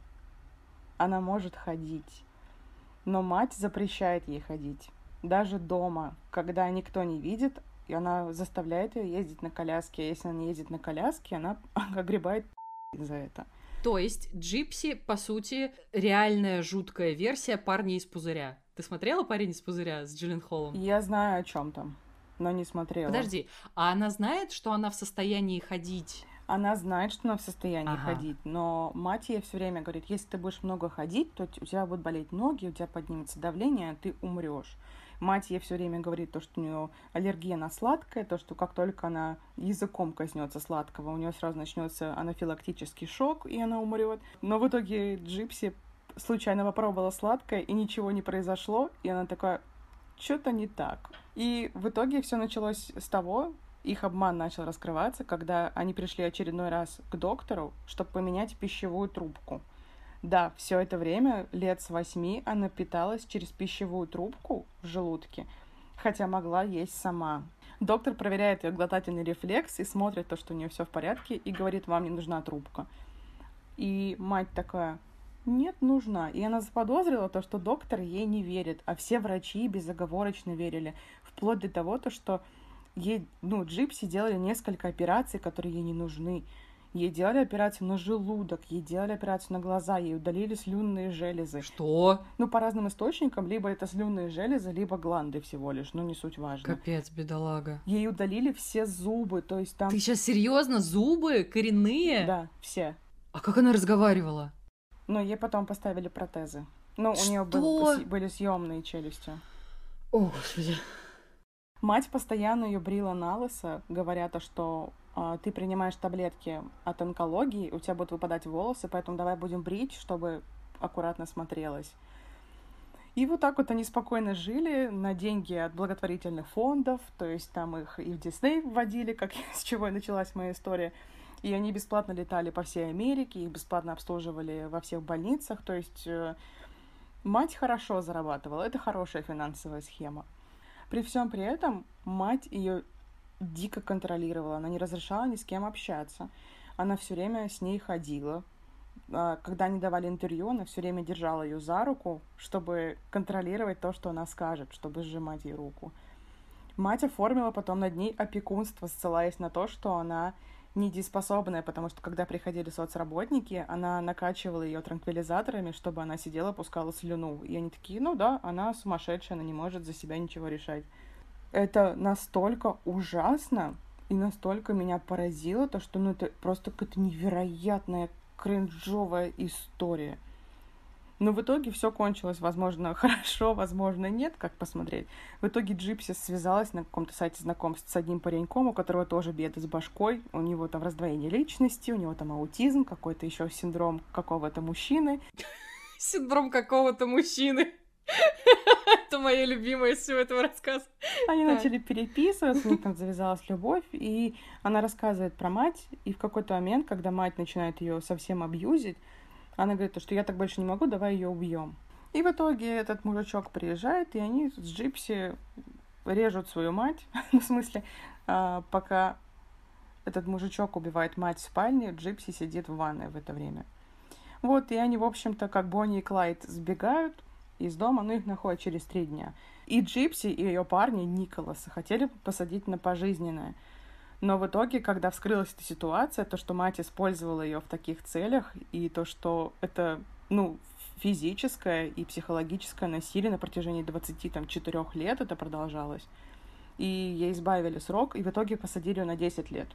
Она может ходить. Но мать запрещает ей ходить. Даже дома, когда никто не видит, и она заставляет ее ездить на коляске. А если она не ездит на коляске, она огребает за это. То есть Джипси, по сути, реальная жуткая версия «Парня из пузыря». Ты смотрела «Парень из пузыря» с Джилленхолом? Я знаю, о чем там, но не смотрела. Подожди, а она знает, что она в состоянии ходить? Она знает, что она в состоянии Ага. ходить, но мать ей все время говорит, если ты будешь много ходить, то у тебя будут болеть ноги, у тебя поднимется давление, ты умрешь. Мать ей все время говорит то, что у нее аллергия на сладкое, то, что как только она языком коснется сладкого, у нее сразу начнется анафилактический шок, и она умрет. Но в итоге Джипси случайно попробовала сладкое, и ничего не произошло, и она такая, что-то не так. И в итоге все началось с того, их обман начал раскрываться, когда они пришли очередной раз к доктору, чтобы поменять пищевую трубку. Да, все это время, лет с восьми, она питалась через пищевую трубку в желудке, хотя могла есть сама. Доктор проверяет ее глотательный рефлекс и смотрит то, что у нее все в порядке, и говорит, вам не нужна трубка. И мать такая, нет, нужна. И она заподозрила то, что доктор ей не верит, а все врачи безоговорочно верили, вплоть до того, то, что ей, ну, Джипси делали несколько операций, которые ей не нужны. Ей делали операцию на желудок, ей делали операцию на глаза, ей удалили слюнные железы. Что? Ну, по разным источникам, либо это слюнные железы, либо гланды всего лишь, но не суть важно. Капец, бедолага. Ей удалили все зубы, то есть там... Ты сейчас серьезно? Зубы? Коренные? Да, все. А как она разговаривала? Ну, ей потом поставили протезы. Ну, Что? у нее был, были съемные челюсти. О, Господи. Мать постоянно ее брила на лысо, говоря то, что э, ты принимаешь таблетки от онкологии, у тебя будут выпадать волосы, поэтому давай будем брить, чтобы аккуратно смотрелось. И вот так вот они спокойно жили на деньги от благотворительных фондов, то есть там их и в Дисней вводили, как с чего и началась моя история. И они бесплатно летали по всей Америке, их бесплатно обслуживали во всех больницах, то есть э, мать хорошо зарабатывала, это хорошая финансовая схема. При всем при этом мать ее дико контролировала, она не разрешала ни с кем общаться. Она все время с ней ходила. Когда они давали интервью, она все время держала ее за руку, чтобы контролировать то, что она скажет, чтобы сжимать ей руку. Мать оформила потом над ней опекунство, ссылаясь на то, что она недееспособная, потому что когда приходили соцработники, она накачивала ее транквилизаторами, чтобы она сидела, пускала слюну. И они такие, ну да, она сумасшедшая, она не может за себя ничего решать. Это настолько ужасно и настолько меня поразило, то, что ну, это просто какая-то невероятная кринжовая история. Но в итоге все кончилось, возможно, хорошо, возможно, нет, как посмотреть. В итоге Джипси связалась на каком-то сайте знакомств с одним пареньком, у которого тоже беды с башкой. У него там раздвоение личности, у него там аутизм, какой-то еще синдром какого-то мужчины. Синдром какого-то мужчины. Это моя любимая из всего этого рассказа. Они так. начали переписываться, у них там завязалась любовь, и она рассказывает про мать, и в какой-то момент, когда мать начинает ее совсем абьюзить, она говорит, что я так больше не могу, давай ее убьем. И в итоге этот мужичок приезжает, и они с Джипси режут свою мать. В смысле, пока этот мужичок убивает мать в спальне, Джипси сидит в ванной в это время. Вот, и они, в общем-то, как Бонни и Клайд, сбегают из дома, но их находят через три дня. И Джипси, и ее парни Николаса хотели посадить на пожизненное. Но в итоге, когда вскрылась эта ситуация, то, что мать использовала ее в таких целях, и то, что это, ну, физическое и психологическое насилие на протяжении двадцати четырёх лет это продолжалось, и ей избавили срок, и в итоге посадили ее на десять лет.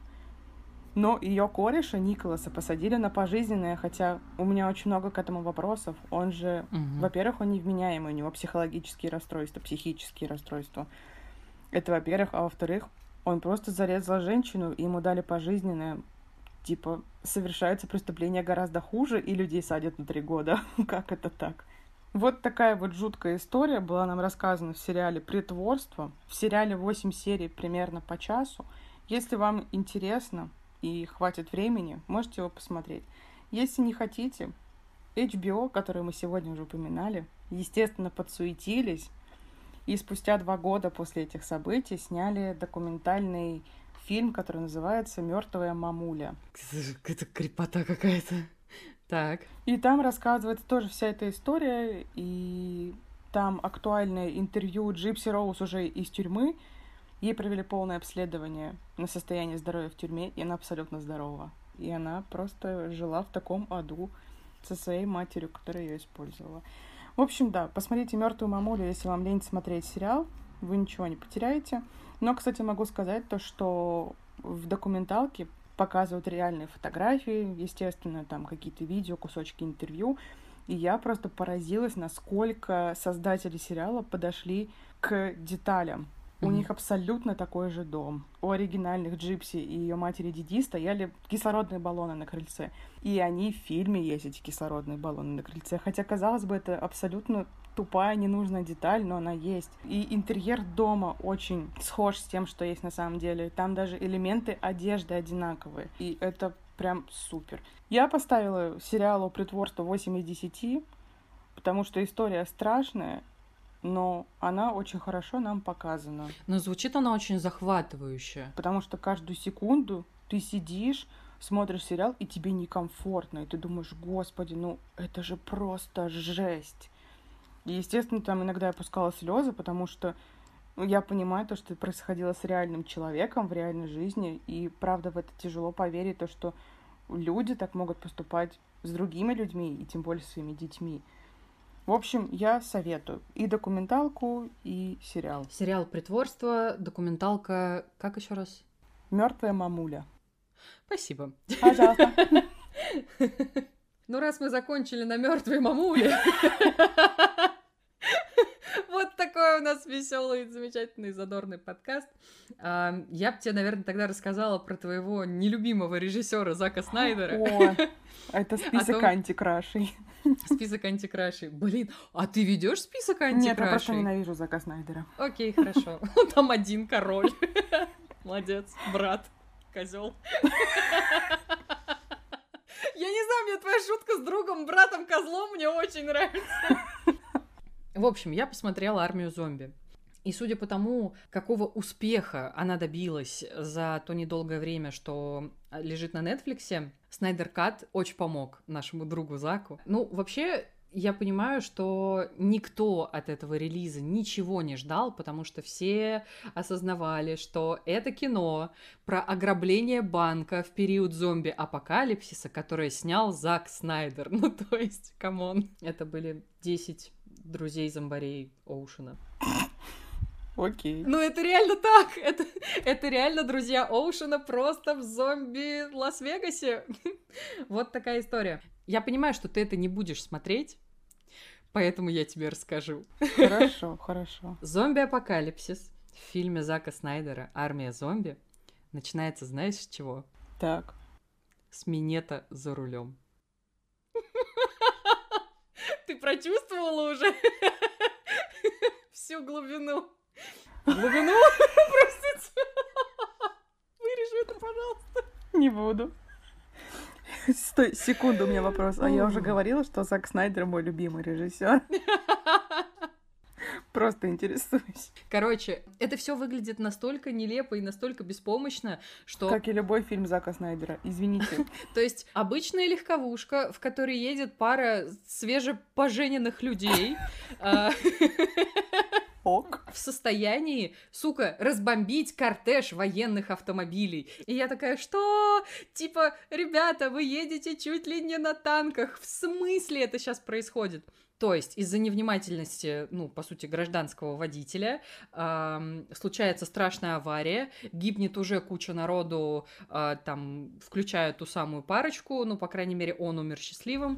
Но ее кореша Николаса посадили на пожизненное, хотя у меня очень много к этому вопросов. Он же, угу. во-первых, он невменяемый, у него психологические расстройства, психические расстройства. Это, во-первых, а во-вторых, он просто зарезал женщину, и ему дали пожизненное. Типа, совершаются преступления гораздо хуже, и людей садят на три года. Как это так? Вот такая вот жуткая история была нам рассказана в сериале «Притворство». В сериале восемь серий примерно по часу. Если вам интересно и хватит времени, можете его посмотреть. Если не хотите, эйч би о, который мы сегодня уже упоминали, естественно, подсуетились. И спустя два года после этих событий сняли документальный фильм, который называется «Мертвая мамуля». Это крепота какая-то. Так. И там рассказывается тоже вся эта история, и там актуальное интервью Джипси Роуз уже из тюрьмы. Ей провели полное обследование на состояние здоровья в тюрьме, и она абсолютно здорова. И она просто жила в таком аду со своей матерью, которая ее использовала. В общем, да, посмотрите «Мертвую мамулю», если вам лень смотреть сериал, вы ничего не потеряете. Но, кстати, могу сказать то, что в документалке показывают реальные фотографии, естественно, там какие-то видео, кусочки интервью. И я просто поразилась, насколько создатели сериала подошли к деталям. У Мгм. них абсолютно такой же дом. У оригинальных Джипси и ее матери Диди стояли кислородные баллоны на крыльце. И они в фильме есть, эти кислородные баллоны на крыльце. Хотя, казалось бы, это абсолютно тупая, ненужная деталь, но она есть. И интерьер дома очень схож с тем, что есть на самом деле. Там даже элементы одежды одинаковые. И это прям супер. Я поставила сериалу «Притворство» восемь из десяти, потому что история страшная, но она очень хорошо нам показана. Но звучит она очень захватывающе. Потому что каждую секунду ты сидишь, смотришь сериал, и тебе некомфортно. И ты думаешь, господи, ну это же просто жесть. И, естественно, там иногда я пускала слезы, потому что ну, я понимаю то, что происходило с реальным человеком в реальной жизни. И правда в это тяжело поверить, то, что люди так могут поступать с другими людьми, и тем более своими детьми. В общем, я советую и документалку, и сериал. Сериал «Притворство», документалка... Как еще раз? Мертвая мамуля. Спасибо. Пожалуйста. Ну, раз мы закончили на мертвой мамуле, вот такой у нас веселый, замечательный, задорный подкаст. А, Я бы тебе, наверное, тогда рассказала про твоего нелюбимого режиссера Зака Снайдера. О, это список том- антикрашей. Список антикрашей. Блин, а ты ведешь список Нет, я просто антикрашей? ненавижу Зака Снайдера. Окей, хорошо. Там один король. Молодец, брат, козел. Я не знаю, мне твоя шутка с другом, братом, козлом мне очень нравится. В общем, я посмотрела «Армию зомби». И судя по тому, какого успеха она добилась за то недолгое время, что лежит на Нетфликсе, Снайдер Кат очень помог нашему другу Заку. Ну, вообще, я понимаю, что никто от этого релиза ничего не ждал, потому что все осознавали, что это кино про ограбление банка в период зомби-апокалипсиса, которое снял Зак Снайдер. Ну, то есть, камон. Это были десять друзей зомбарей Оушена. Окей. Ну, это реально так. Это, это реально друзья Оушена просто в зомби Лас-Вегасе. Вот такая история. Я понимаю, что ты это не будешь смотреть, поэтому я тебе расскажу. Хорошо, хорошо. Зомби-апокалипсис в фильме Зака Снайдера «Армия зомби» начинается, знаешь, с чего? Так. С минета за рулем. Ты прочувствовала уже всю глубину? Глубину? Простите. Вырежи это, пожалуйста. Не буду. Стой, секунду, у меня вопрос. А я уже говорила, что Зак Снайдер мой любимый режиссер. Просто интересуюсь. Короче, это все выглядит настолько нелепо и настолько беспомощно, что... Как и любой фильм Зака Снайдера. Извините. То есть обычная легковушка, в которой едет пара свежепожененных людей, а, Ок. в состоянии, сука, разбомбить кортеж военных автомобилей. И я такая, что? Типа, ребята, вы едете чуть ли не на танках. В смысле это сейчас происходит? То есть из-за невнимательности, ну, по сути, гражданского водителя эм, случается страшная авария, гибнет уже куча народу, э, там, включая ту самую парочку, ну, по крайней мере, он умер счастливым.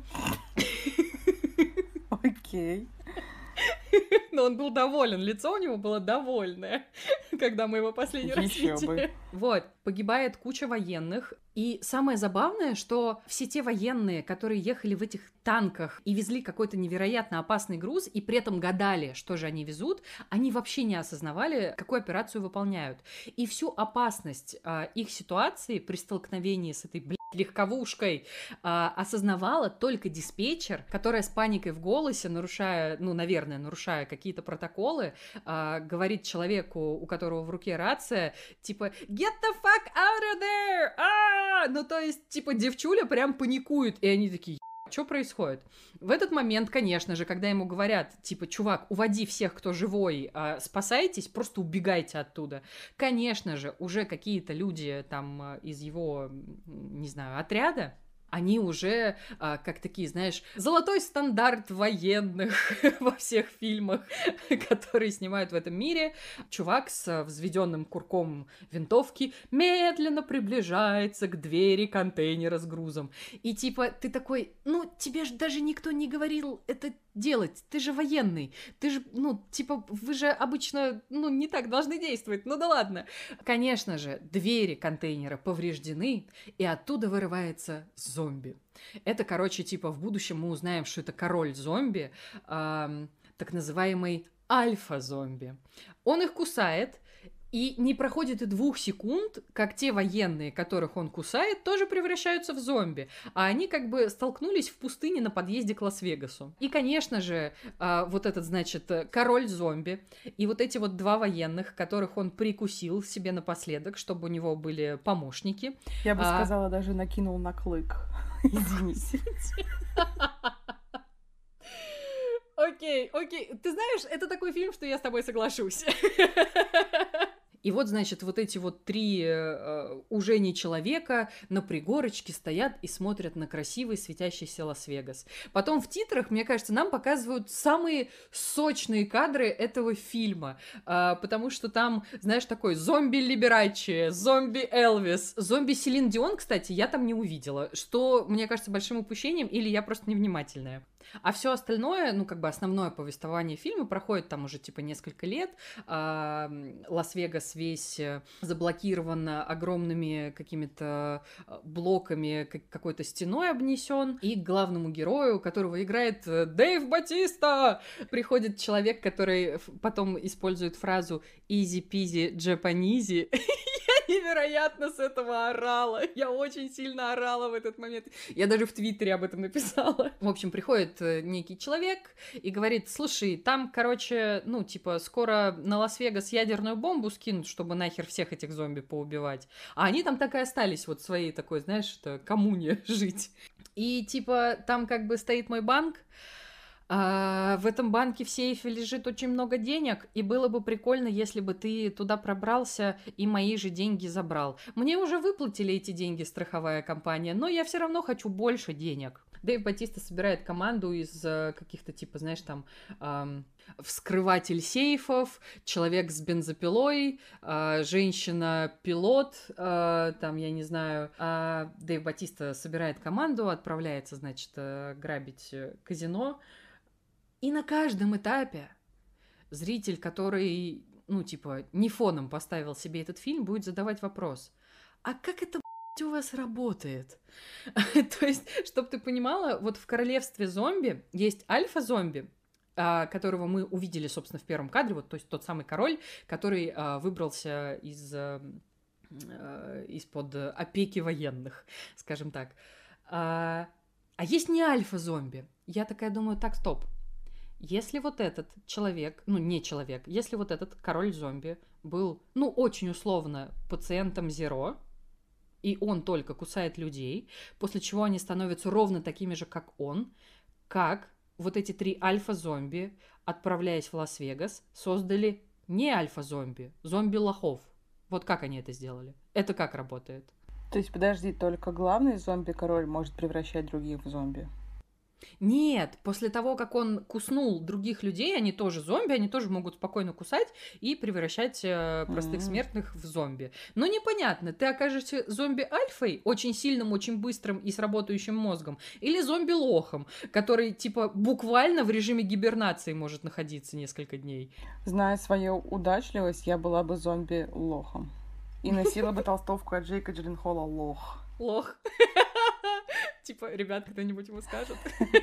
Окей. Но он был доволен, лицо у него было довольное, когда мы его последний раз Ещё бы. видели. Вот, погибает куча военных. И самое забавное, что все те военные, которые ехали в этих танках и везли какой-то невероятно опасный груз, и при этом гадали, что же они везут, они вообще не осознавали, какую операцию выполняют. И всю опасность а, их ситуации при столкновении с этой, блядь, легковушкой а, осознавала только диспетчер, которая с паникой в голосе, нарушая, ну, наверное, нарушая какие-то протоколы, а, говорит человеку, у которого в руке рация, типа «Get the fuck out of there!» а Ну, то есть, типа, девчуля прям паникует, и они такие что происходит? В этот момент, конечно же, когда ему говорят, типа, чувак, уводи всех, кто живой, э, спасайтесь, просто убегайте оттуда. Конечно же, уже какие-то люди там из его, не знаю, отряда, они уже, а, как такие, знаешь, золотой стандарт военных во всех фильмах, которые снимают в этом мире. Чувак с взведенным курком винтовки медленно приближается к двери контейнера с грузом. И типа ты такой, ну тебе же даже никто не говорил, это делать? Ты же военный. Ты же, ну, типа, вы же обычно, ну, не так должны действовать. Ну да ладно. Конечно же, двери контейнера повреждены, и оттуда вырывается зомби. Это, короче, типа, в будущем мы узнаем, что это король зомби, эм, так называемый альфа-зомби. Он их кусает, и не проходит и двух секунд, как те военные, которых он кусает, тоже превращаются в зомби. А они как бы столкнулись в пустыне на подъезде к Лас-Вегасу. И, конечно же, вот этот, значит, король зомби, и вот эти вот два военных, которых он прикусил себе напоследок, чтобы у него были помощники. Я бы а... сказала, даже накинул на клык. Извините. Окей, окей. Ты знаешь, это такой фильм, что я с тобой соглашусь. И вот, значит, вот эти вот три э, уже не человека на пригорочке стоят и смотрят на красивый светящийся Лас-Вегас. Потом в титрах, мне кажется, нам показывают самые сочные кадры этого фильма, э, потому что там, знаешь, такой зомби Либерачи, зомби Элвис, зомби Селин Дион, кстати, я там не увидела, что, мне кажется, большим упущением, или я просто невнимательная. А все остальное, ну, как бы основное повествование фильма проходит там уже, типа, несколько лет. А, Лас-Вегас весь заблокирован огромными какими-то блоками, какой-то стеной обнесен. И к главному герою, которого играет Дэйв Батиста, приходит человек, который потом использует фразу «easy-peasy Japanese». Невероятно с этого орала. Я очень сильно орала в этот момент. Я даже в Твиттере об этом написала. В общем, приходит некий человек и говорит: слушай, там, короче, ну, типа, скоро на Лас-Вегас ядерную бомбу скинут, чтобы нахер всех этих зомби поубивать. А они там так и остались вот своей такой, знаешь, это, коммуне жить. И, типа, там как бы стоит мой банк, а в этом банке в сейфе лежит очень много денег, и было бы прикольно, если бы ты туда пробрался и мои же деньги забрал. Мне уже выплатили эти деньги страховая компания, но я все равно хочу больше денег. Дэйв Батиста собирает команду из каких-то, типа, знаешь, там, эм, вскрыватель сейфов, человек с бензопилой, э, женщина-пилот, э, там, я не знаю. Э, Дэйв Батиста собирает команду, отправляется, значит, э, грабить казино. И на каждом этапе зритель, который, ну, типа, не фоном поставил себе этот фильм, будет задавать вопрос: а как это, блядь, у вас работает? То есть, чтобы ты понимала, вот в королевстве зомби есть альфа-зомби, которого мы увидели, собственно, в первом кадре, вот, то есть тот самый король, который а, выбрался из, а, из-под опеки военных, скажем так. А, а есть не альфа-зомби. Я такая думаю: так, стоп. Если вот этот человек, ну, не человек, если вот этот король-зомби был, ну, очень условно пациентом Зеро, и он только кусает людей, после чего они становятся ровно такими же, как он, как вот эти три альфа-зомби, отправляясь в Лас-Вегас, создали не альфа-зомби, зомби-лохов. Вот как они это сделали? Это как работает? То есть, подожди, только главный зомби-король может превращать других в зомби? Нет, после того, как он куснул других людей, они тоже зомби, они тоже могут спокойно кусать и превращать э, простых mm-hmm. смертных в зомби. Но непонятно, ты окажешься зомби-альфой, очень сильным, очень быстрым и с работающим мозгом, или зомби-лохом, который, типа, буквально в режиме гибернации может находиться несколько дней. Зная свою удачливость, я была бы зомби-лохом. И носила бы толстовку от Джейка Джилленхола «Лох». Лох. Типа, ребят, кто-нибудь ему скажет.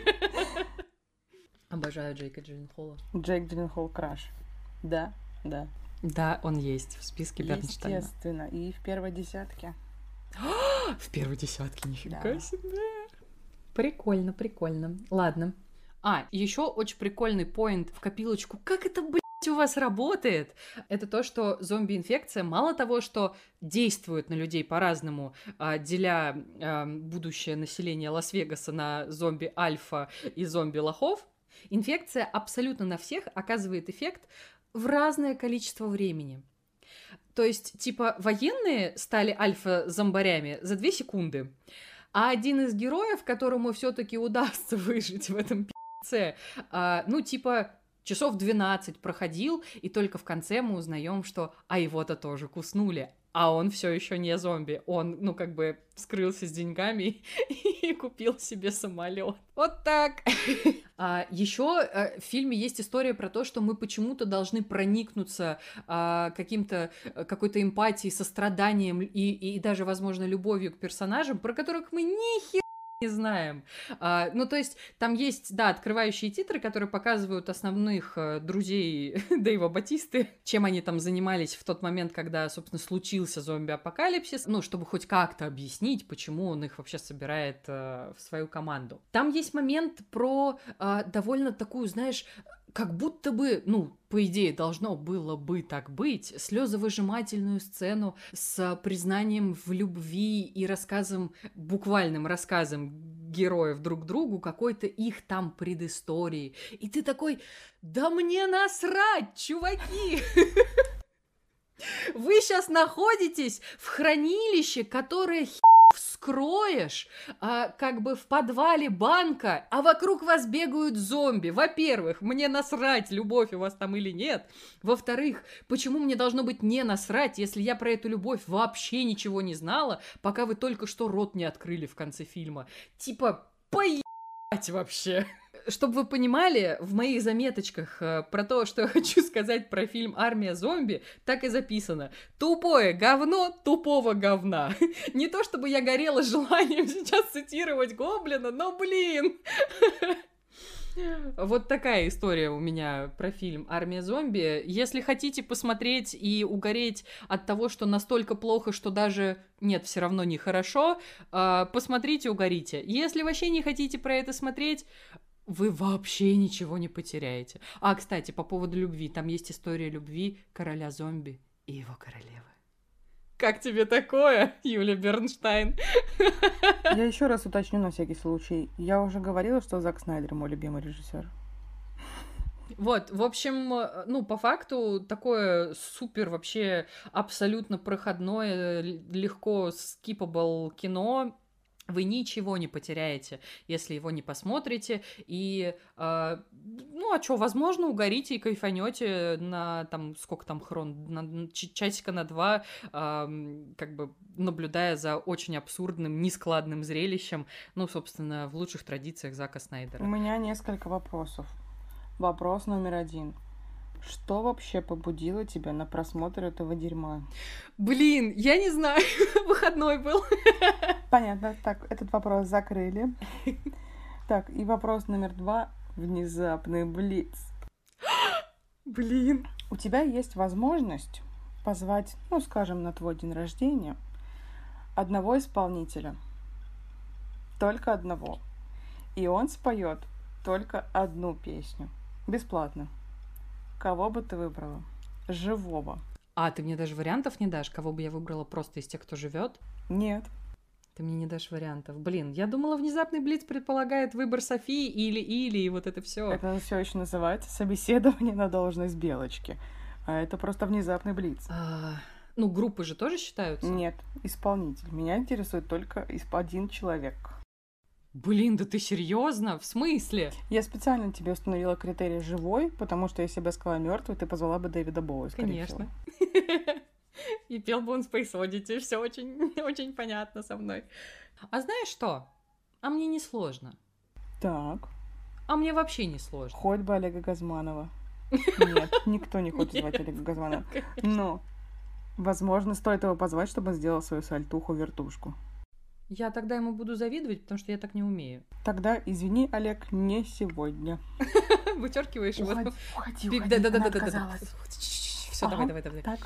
Обожаю Джейка Джилленхола. Джейк Джилленхол краш. Да, да. Да, он есть в списке Бернштейна. Естественно, и в первой десятке. В первой десятке, нифига да. себе. Прикольно, прикольно. Ладно. А, еще очень прикольный поинт в копилочку. Как это, блядь, у вас работает? Это то, что зомби-инфекция мало того, что действует на людей по-разному, деля э, будущее население Лас-Вегаса на зомби-альфа и зомби-лохов, инфекция абсолютно на всех оказывает эффект в разное количество времени. То есть, типа, военные стали альфа-зомбарями за две секунды, а один из героев, которому все-таки удастся выжить в этом пи***це, э, ну, типа... часов двенадцать проходил, и только в конце мы узнаем, что а его-то тоже куснули. а он все еще не зомби. Он, ну, как бы скрылся с деньгами и купил себе самолет. Вот так. А, еще э, в фильме есть история про то, что мы почему-то должны проникнуться а, каким-то, какой-то эмпатией, состраданием и, и даже, возможно, любовью к персонажам, про которых мы ни хера не знаем. А, ну, то есть, там есть, да, открывающие титры, которые показывают основных э, друзей Дэйва Батисты, чем они там занимались в тот момент, когда, собственно, случился зомби-апокалипсис, ну, чтобы хоть как-то объяснить, почему он их вообще собирает э, в свою команду. Там есть момент про э, довольно такую, знаешь, как будто бы, ну, по идее, должно было бы так быть, слезовыжимательную сцену с признанием в любви и рассказом, буквальным рассказом героев друг другу, какой-то их там предыстории. И ты такой, да мне насрать, чуваки! Вы сейчас находитесь в хранилище, которое хер вскроешь, а, как бы в подвале банка, а вокруг вас бегают зомби. Во-первых, мне насрать, любовь у вас там или нет. Во-вторых, почему мне должно быть не насрать, если я про эту любовь вообще ничего не знала, пока вы только что рот не открыли в конце фильма. Типа, поебать вообще. Чтобы вы понимали, в моих заметочках э, про то, что я хочу сказать про фильм «Армия зомби», так и записано. Тупое говно тупого говна. Не то чтобы я горела желанием сейчас цитировать Гоблина, но, блин... Вот такая история у меня про фильм «Армия зомби». Если хотите посмотреть и угореть от того, что настолько плохо, что даже нет, все равно нехорошо, э, посмотрите, угорите. Если вообще не хотите про это смотреть... Вы вообще ничего не потеряете. А, кстати, по поводу любви. Там есть история любви короля зомби и его королевы. Как тебе такое, Юля Бернштейн? Я еще раз уточню на всякий случай. Я уже говорила, что Зак Снайдер мой любимый режиссер. Вот, в общем, ну, по факту, такое супер вообще абсолютно проходное, легко скипабл кино. Вы ничего не потеряете, если его не посмотрите. И, э, ну, а что, возможно, угорите и кайфанете на, там, сколько там хрон, на, часика на два, э, как бы наблюдая за очень абсурдным, нескладным зрелищем, ну, собственно, в лучших традициях Зака Снайдера. У меня несколько вопросов. Вопрос номер один. Что вообще побудило тебя на просмотр этого дерьма? Блин, я не знаю, выходной был. Понятно, так, этот вопрос закрыли. Так, и вопрос номер два. Внезапный блиц. Блин. У тебя есть возможность позвать, ну, скажем, на твой день рождения одного исполнителя. Только одного. И он споет только одну песню. Бесплатно. Кого бы ты выбрала? Живого. А, ты мне даже вариантов не дашь? Кого бы я выбрала просто из тех, кто живет? Нет. Ты мне не дашь вариантов. Блин, я думала, внезапный блиц предполагает выбор Софии или-или, и вот это все. Это все еще называется собеседование на должность белочки. А это просто внезапный блиц. А, ну, группы же тоже считаются? Нет, исполнитель. Меня интересует только один человек. Блин, да ты серьезно? В смысле? Я специально тебе установила критерий живой, потому что если бы я сказала мертвый, ты позвала бы Дэвида Боуи, скорее Конечно. всего. И пел бы он Space Oddity, все очень, очень понятно со мной. А знаешь что? А мне не сложно. Так. А мне вообще не сложно. Хоть бы Олега Газманова. Нет, никто не хочет звать Олега Газманова. Но, возможно, стоит его позвать, чтобы он сделал свою сальтуху-вертушку. Я тогда ему буду завидовать, потому что я так не умею. Тогда, извини, Олег, не сегодня. Вытеркиваешь его. Уходи, уходи, уходи, Да, да, да, она да, да, отказалась. Все, давай, давай, давай. Так.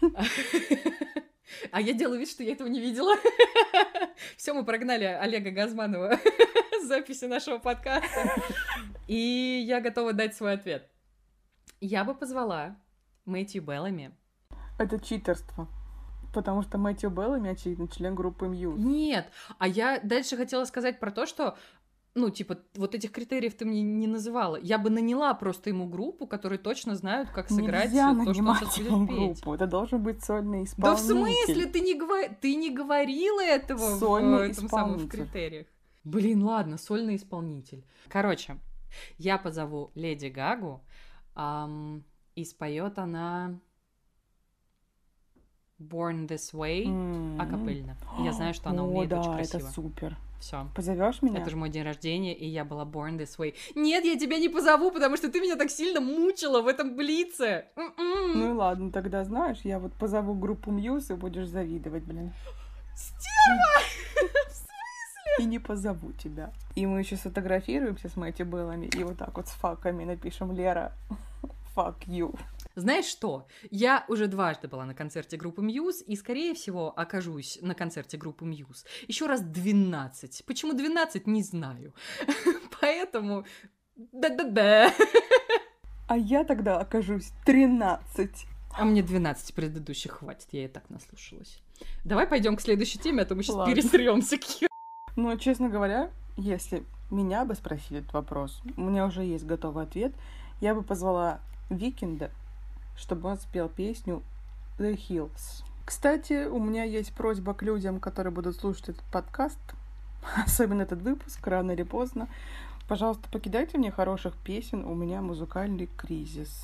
А я делаю вид, что я этого не видела. Все, мы прогнали Олега Газманова с записи нашего подкаста. И я готова дать свой ответ. Я бы позвала Мэтью Беллами. Это читерство. Потому что Мэтью Беллами, очевидно, член группы Мьюз. Нет, а я дальше хотела сказать про то, что, ну, типа, вот этих критериев ты мне не называла. Я бы наняла просто ему группу, которые точно знают, как сыграть Нельзя то, что он нанимать сейчас ему будет петь. группу. Это должен быть сольный Да исполнитель. в смысле? Ты не, говор... ты не говорила этого Сольный в, этом самом, в исполнитель. критериях? Блин, ладно, сольный исполнитель. Короче, я позову Леди Гагу, ам, и споет она... Born This Way М. акапельно. Я знаю, что она О, умеет да, очень красиво. это супер. Все. Позовешь меня? Это же мой день рождения, и я была born this way. Нет, я тебя не позову, потому что ты меня так сильно мучила в этом блице. М-м. Ну и ладно, тогда знаешь, я вот позову группу Мьюз и будешь завидовать, блин. Стерва! И не позову тебя. И мы еще сфотографируемся с Мэтти Беллами и вот так вот с факами напишем: Лера, fuck you. Знаешь что? Я уже дважды была на концерте группы Muse, и, скорее всего, окажусь на концерте группы Muse еще раз двенадцать. Почему двенадцать, не знаю. Поэтому... Да-да-да. А я тогда окажусь тринадцать. А мне двенадцать предыдущих хватит, я и так наслушалась. Давай пойдем к следующей теме, а то мы сейчас Ладно. пересрёмся к херу. Но, честно говоря, если меня бы спросили этот вопрос, у меня уже есть готовый ответ, я бы позвала Викенда, чтобы он спел песню The Hills. Кстати, у меня есть просьба к людям, которые будут слушать этот подкаст, особенно этот выпуск, рано или поздно. Пожалуйста, покидайте мне хороших песен, у меня музыкальный кризис.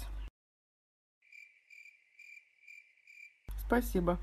Спасибо.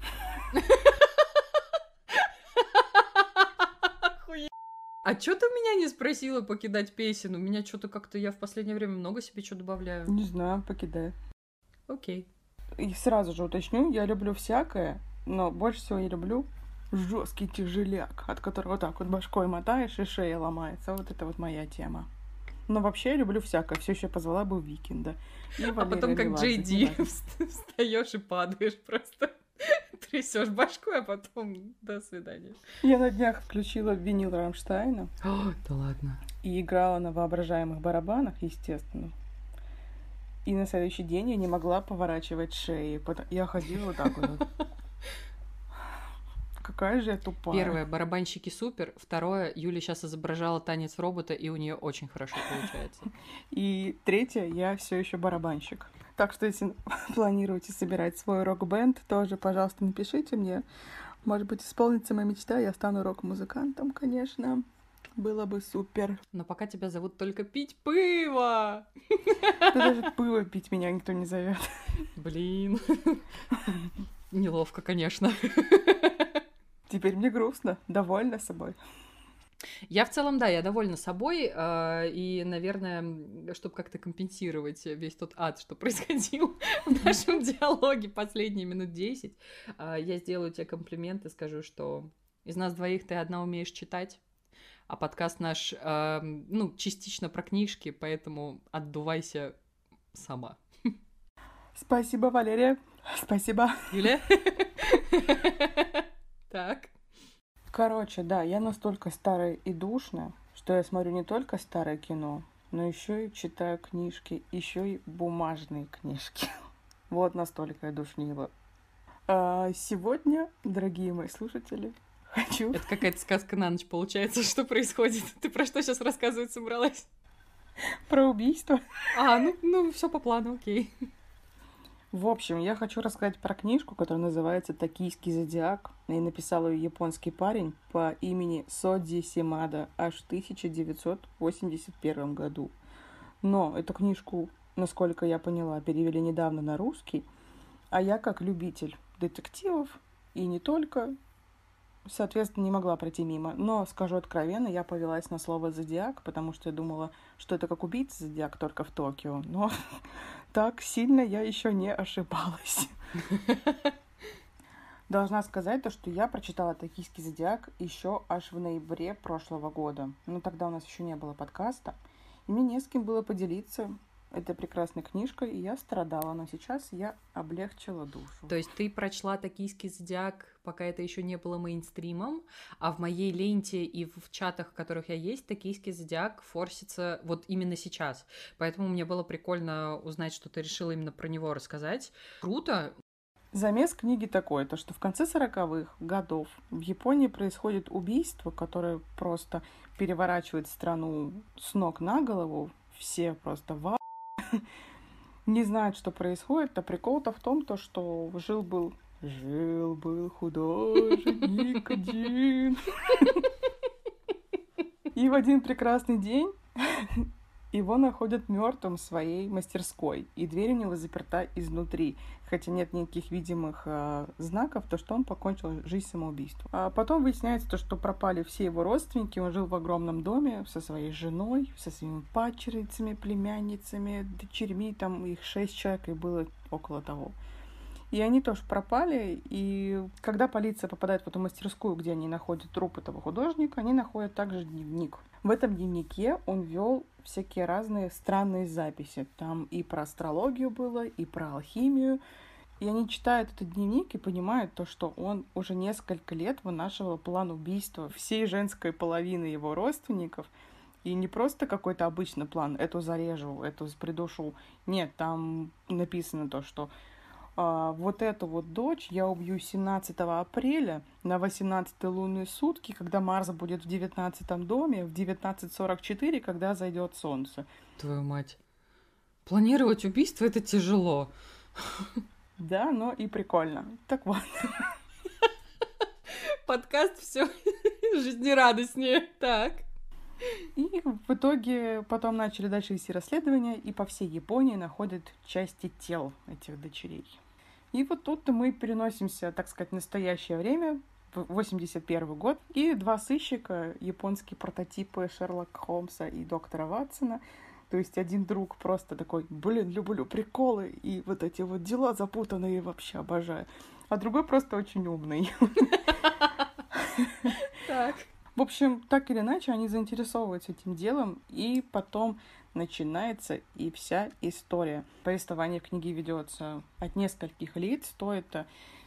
А чё ты меня не спросила покидать песен? У меня что-то как-то я в последнее время много себе что добавляю. Не знаю, покидай. Окей. И сразу же уточню, я люблю всякое, но больше всего я люблю жесткий тяжеляк, от которого вот так вот башкой мотаешь и шея ломается. Вот это вот моя тема. Но вообще я люблю всякое. Все еще позвала бы Викенда. И А Валерия потом как Меладзе, Джей Ди неважно. встаешь и падаешь просто. Трясешь башку, а потом до свидания. Я на днях включила винил Рамштайна О, да ладно. и играла на воображаемых барабанах, естественно. И на следующий день я не могла поворачивать шеи. пото- Я ходила вот так вот. Какая же я тупая. Первое, барабанщики супер. Второе, Юля сейчас изображала танец робота, и у нее очень хорошо получается. И третье, я все еще барабанщик. Так что, если планируете собирать свой рок-бенд, тоже, пожалуйста, напишите мне. Может быть, исполнится моя мечта, я стану рок-музыкантом, конечно. Было бы супер. Но пока тебя зовут только пить пиво. Да даже пиво пить меня никто не зовет. Блин. Неловко, конечно. Теперь мне грустно, довольна собой. Я в целом, да, я довольна собой, э, и, наверное, чтобы как-то компенсировать весь тот ад, что происходил в нашем диалоге последние минут десять, э, я сделаю тебе комплимент и скажу, что из нас двоих ты одна умеешь читать, а подкаст наш, э, ну, частично про книжки, поэтому отдувайся сама. Спасибо, Валерия. Спасибо. Юля? Так. Короче, да, я настолько старая и душная, что я смотрю не только старое кино, но еще и читаю книжки, еще и бумажные книжки. Вот настолько я душнила. А сегодня, дорогие мои слушатели, хочу... Это какая-то сказка на ночь получается. Что происходит? Ты про что сейчас рассказывать собралась? Про убийство. А, ну, ну все по плану, окей. В общем, я хочу рассказать про книжку, которая называется «Токийский зодиак». И написал ее японский парень по имени Содзи Симада аж в тысяча девятьсот восемьдесят первом году. Но эту книжку, насколько я поняла, перевели недавно на русский. А я, как любитель детективов, и не только, соответственно, не могла пройти мимо. Но, скажу откровенно, я повелась на слово «зодиак», потому что я думала, что это как убийца зодиак, только в Токио. Но так сильно я еще не ошибалась. Должна сказать то, что я прочитала «Токийский зодиак» еще аж в ноябре прошлого года. Но тогда у нас еще не было подкаста. И мне не с кем было поделиться этой прекрасной книжкой, и я страдала. Но сейчас я облегчила душу. То есть ты прочла «Токийский зодиак», пока это еще не было мейнстримом, а в моей ленте и в чатах, в которых я есть, «Токийский зодиак» форсится вот именно сейчас. Поэтому мне было прикольно узнать, что ты решила именно про него рассказать. Круто! Замес книги такой, то что в конце сороковых годов в Японии происходит убийство, которое просто переворачивает страну с ног на голову. Все просто в не знают, что происходит. А прикол-то в том, то, что жил-был жил-был художник один. И в один прекрасный день Его находят мертвым в своей мастерской, и дверь у него заперта изнутри, хотя нет никаких видимых э, знаков, то что он покончил жизнь самоубийством. А потом выясняется то, что пропали все его родственники, он жил в огромном доме со своей женой, со своими падчерицами, племянницами, дочерьми, там их шесть человек, и было около того. И они тоже пропали, и когда полиция попадает в эту мастерскую, где они находят труп этого художника, они находят также дневник. В этом дневнике он вел всякие разные странные записи. Там и про астрологию было, и про алхимию. И они читают этот дневник и понимают то, что он уже несколько лет вынашивал план убийства всей женской половины его родственников. И не просто какой-то обычный план, эту зарежу, эту придушу. Нет, там написано то, что а, вот эту вот дочь я убью семнадцатого апреля на восемнадцатые лунные сутки, когда Марс будет в девятнадцатом доме, в девятнадцать сорок четыре, когда зайдет солнце. Твою мать. Планировать убийство — это тяжело. Да, но и прикольно. Так вот. Подкаст все жизнерадостнее. Так. И в итоге потом начали дальше вести расследования, и по всей Японии находят части тел этих дочерей. И вот тут мы переносимся, так сказать, в настоящее время, в восемьдесят первый год, и два сыщика, японские прототипы Шерлока Холмса и доктора Ватсона. То есть один друг просто такой: блин, люблю приколы и вот эти вот дела запутанные, вообще обожаю. А другой просто очень умный. Так. В общем, так или иначе, они заинтересовываются этим делом, и потом начинается и вся история. Повествование книги ведется от нескольких лиц, то это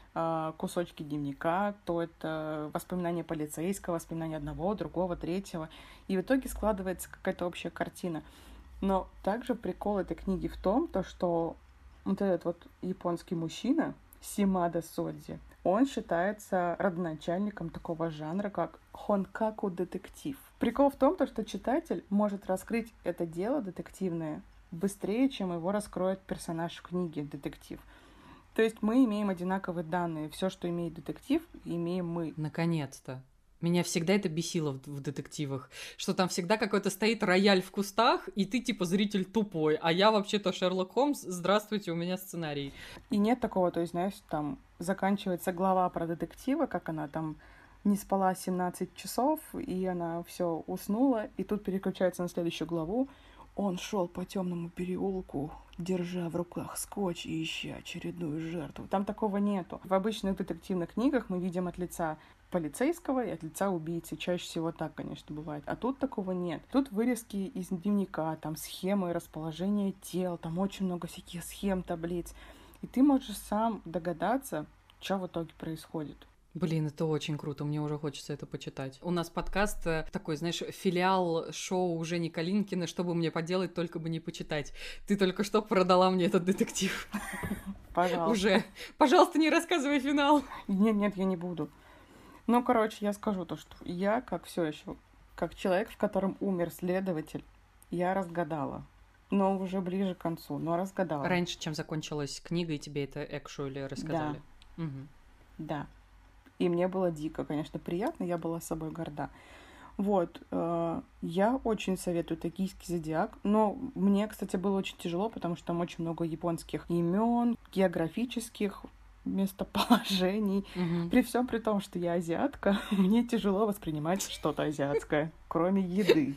э, кусочки дневника, то это воспоминания полицейского, воспоминания одного, другого, третьего, и в итоге складывается какая-то общая картина. Но также прикол этой книги в том, то, что вот этот вот японский мужчина, Симада Содзи, он считается родоначальником такого жанра, как хонкаку-детектив. Прикол в том, что читатель может раскрыть это дело детективное быстрее, чем его раскроет персонаж книги детектив. То есть мы имеем одинаковые данные. Все, что имеет детектив, имеем мы. Наконец-то. Меня всегда это бесило в, в детективах, что там всегда какой-то стоит рояль в кустах, и ты типа зритель тупой, а я вообще-то Шерлок Холмс, здравствуйте, у меня сценарий. И нет такого, то есть, знаешь, там заканчивается глава про детектива, как она там не спала семнадцать часов, и она все уснула, и тут переключается на следующую главу. Он шел по темному переулку, держа в руках скотч и ища очередную жертву. Там такого нету. В обычных детективных книгах мы видим от лица полицейского и от лица убийцы. Чаще всего так, конечно, бывает. А тут такого нет. Тут вырезки из дневника, там схемы расположения тел, там очень много всяких схем, таблиц. И ты можешь сам догадаться, что в итоге происходит. Блин, это очень круто, мне уже хочется это почитать. У нас подкаст такой, знаешь, филиал шоу Жени Калинкина, чтобы мне поделать, только бы не почитать. Ты только что продала мне этот детектив. Пожалуйста. Уже. Пожалуйста, не рассказывай финал. Нет, нет, я не буду. Ну, короче, я скажу то, что я, как все еще, как человек, в котором умер следователь, я разгадала. Но уже ближе к концу, но разгадала. Раньше, чем закончилась книга, и тебе это actually рассказали. Да. Угу. Да. И мне было дико, конечно, приятно, я была собой горда. Вот, э, я очень советую «Токийский зодиак», но мне, кстати, было очень тяжело, потому что там очень много японских имен, географических местоположений. Угу. При всем при том, что я азиатка, мне тяжело воспринимать что-то азиатское, кроме еды.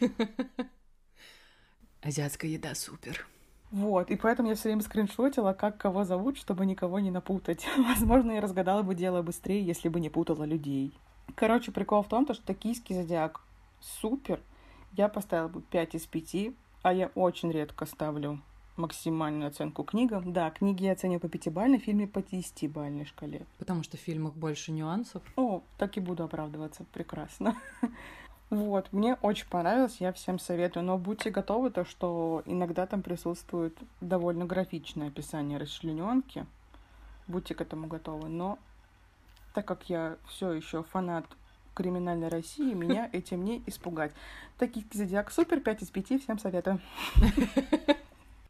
Азиатская еда супер. Вот, и поэтому я все время скриншотила, как кого зовут, чтобы никого не напутать. Возможно, я разгадала бы дело быстрее, если бы не путала людей. Короче, прикол в том, что «Токийский зодиак» супер. Я поставила бы пять из пяти, а я очень редко ставлю максимальную оценку книгам. Да, книги я оцениваю по пятибалльной, фильмы по десятибалльной шкале. Потому что в фильмах больше нюансов. О, так и буду оправдываться. Прекрасно. Вот, мне очень понравилось, я всем советую, но будьте готовы, то что иногда там присутствует довольно графичное описание расчленёнки. Будьте к этому готовы, но так как я все еще фанат криминальной России, меня этим не испугать. «Токийский зодиак» супер, пять из пяти, всем советую.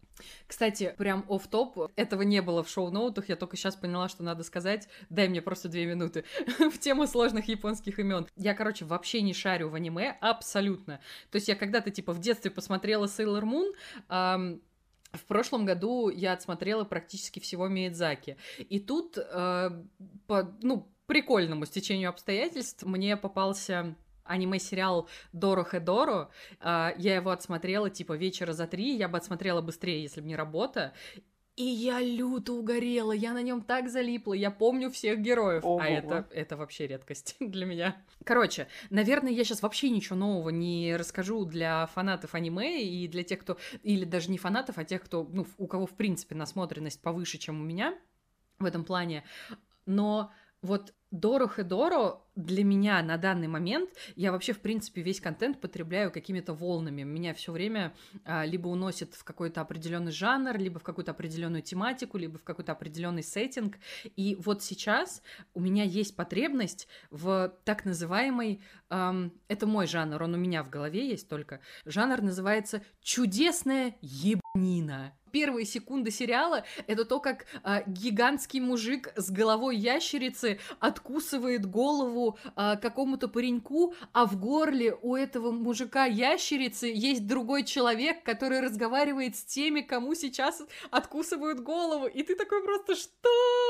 Кстати, прям офф-топ, этого не было в шоу-ноутах, я только сейчас поняла, что надо сказать. Дай мне просто две минуты в тему сложных японских имен. Я, короче, вообще не шарю в аниме, абсолютно. То есть я когда-то, типа, в детстве посмотрела Sailor Moon, ам, в прошлом году я отсмотрела практически всего Миядзаки. И тут, э, по, ну, прикольному стечению обстоятельств мне попался аниме-сериал Дорохедоро. Я его отсмотрела, типа, вечера за три. Я бы отсмотрела быстрее, если бы не работа. И я люто угорела, я на нем так залипла, я помню всех героев. Ого. А это, это вообще редкость для меня. Короче, наверное, я сейчас вообще ничего нового не расскажу для фанатов аниме и для тех, кто... Или даже не фанатов, а тех, кто, ну, у кого, в принципе, насмотренность повыше, чем у меня в этом плане. Но вот Дорохедоро для меня на данный момент, я вообще, в принципе, весь контент потребляю какими-то волнами. Меня все время а, либо уносит в какой-то определенный жанр, либо в какую-то определенную тематику, либо в какой-то определенный сеттинг. И вот сейчас у меня есть потребность в так называемой... Эм, это мой жанр, он у меня в голове есть только. Жанр называется «Чудесная ебанина». Первые секунды сериала — это то, как а, гигантский мужик с головой ящерицы откусывает голову а, какому-то пареньку, а в горле у этого мужика-ящерицы есть другой человек, который разговаривает с теми, кому сейчас откусывают голову. И ты такой просто «Что?!»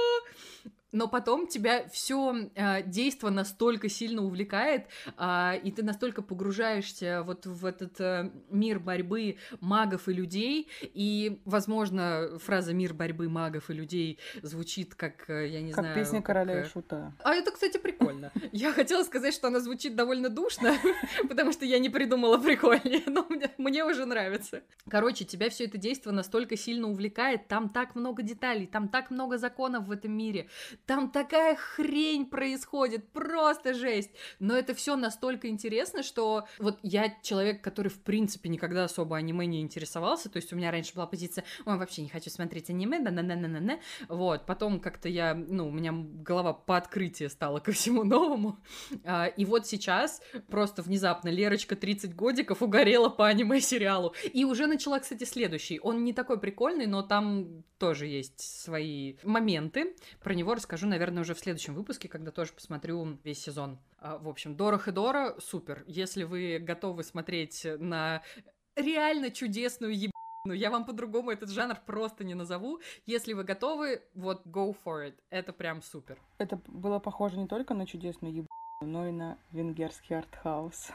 Но потом тебя все э, действо настолько сильно увлекает, э, и ты настолько погружаешься вот в этот э, мир борьбы магов и людей, и, возможно, фраза «мир борьбы магов и людей» звучит как, э, я не как знаю... Как песня короля как... и шута. А это, кстати, прикольно. Я хотела сказать, что она звучит довольно душно, потому что я не придумала прикольнее, но мне уже нравится. Короче, тебя все это действо настолько сильно увлекает, там так много деталей, там так много законов в этом мире, там такая хрень происходит, просто жесть. Но это все настолько интересно, что вот я человек, который в принципе никогда особо аниме не интересовался, то есть у меня раньше была позиция: ой, вообще не хочу смотреть аниме, да-на-на-на-на-на. Вот, потом как-то я, ну, у меня голова по открытию стала ко всему новому. А, и вот сейчас просто внезапно Лерочка тридцать годиков угорела по аниме-сериалу. И уже начала, кстати, следующий. Он не такой прикольный, но там тоже есть свои моменты. Про него расскажу, наверное, уже в следующем выпуске, когда тоже посмотрю весь сезон. А, в общем, Дорохедоро супер. Если вы готовы смотреть на реально чудесную ебаную, я вам по-другому этот жанр просто не назову. Если вы готовы, вот go for it. Это прям супер. Это было похоже не только на чудесную ебаную, но и на венгерский артхаус.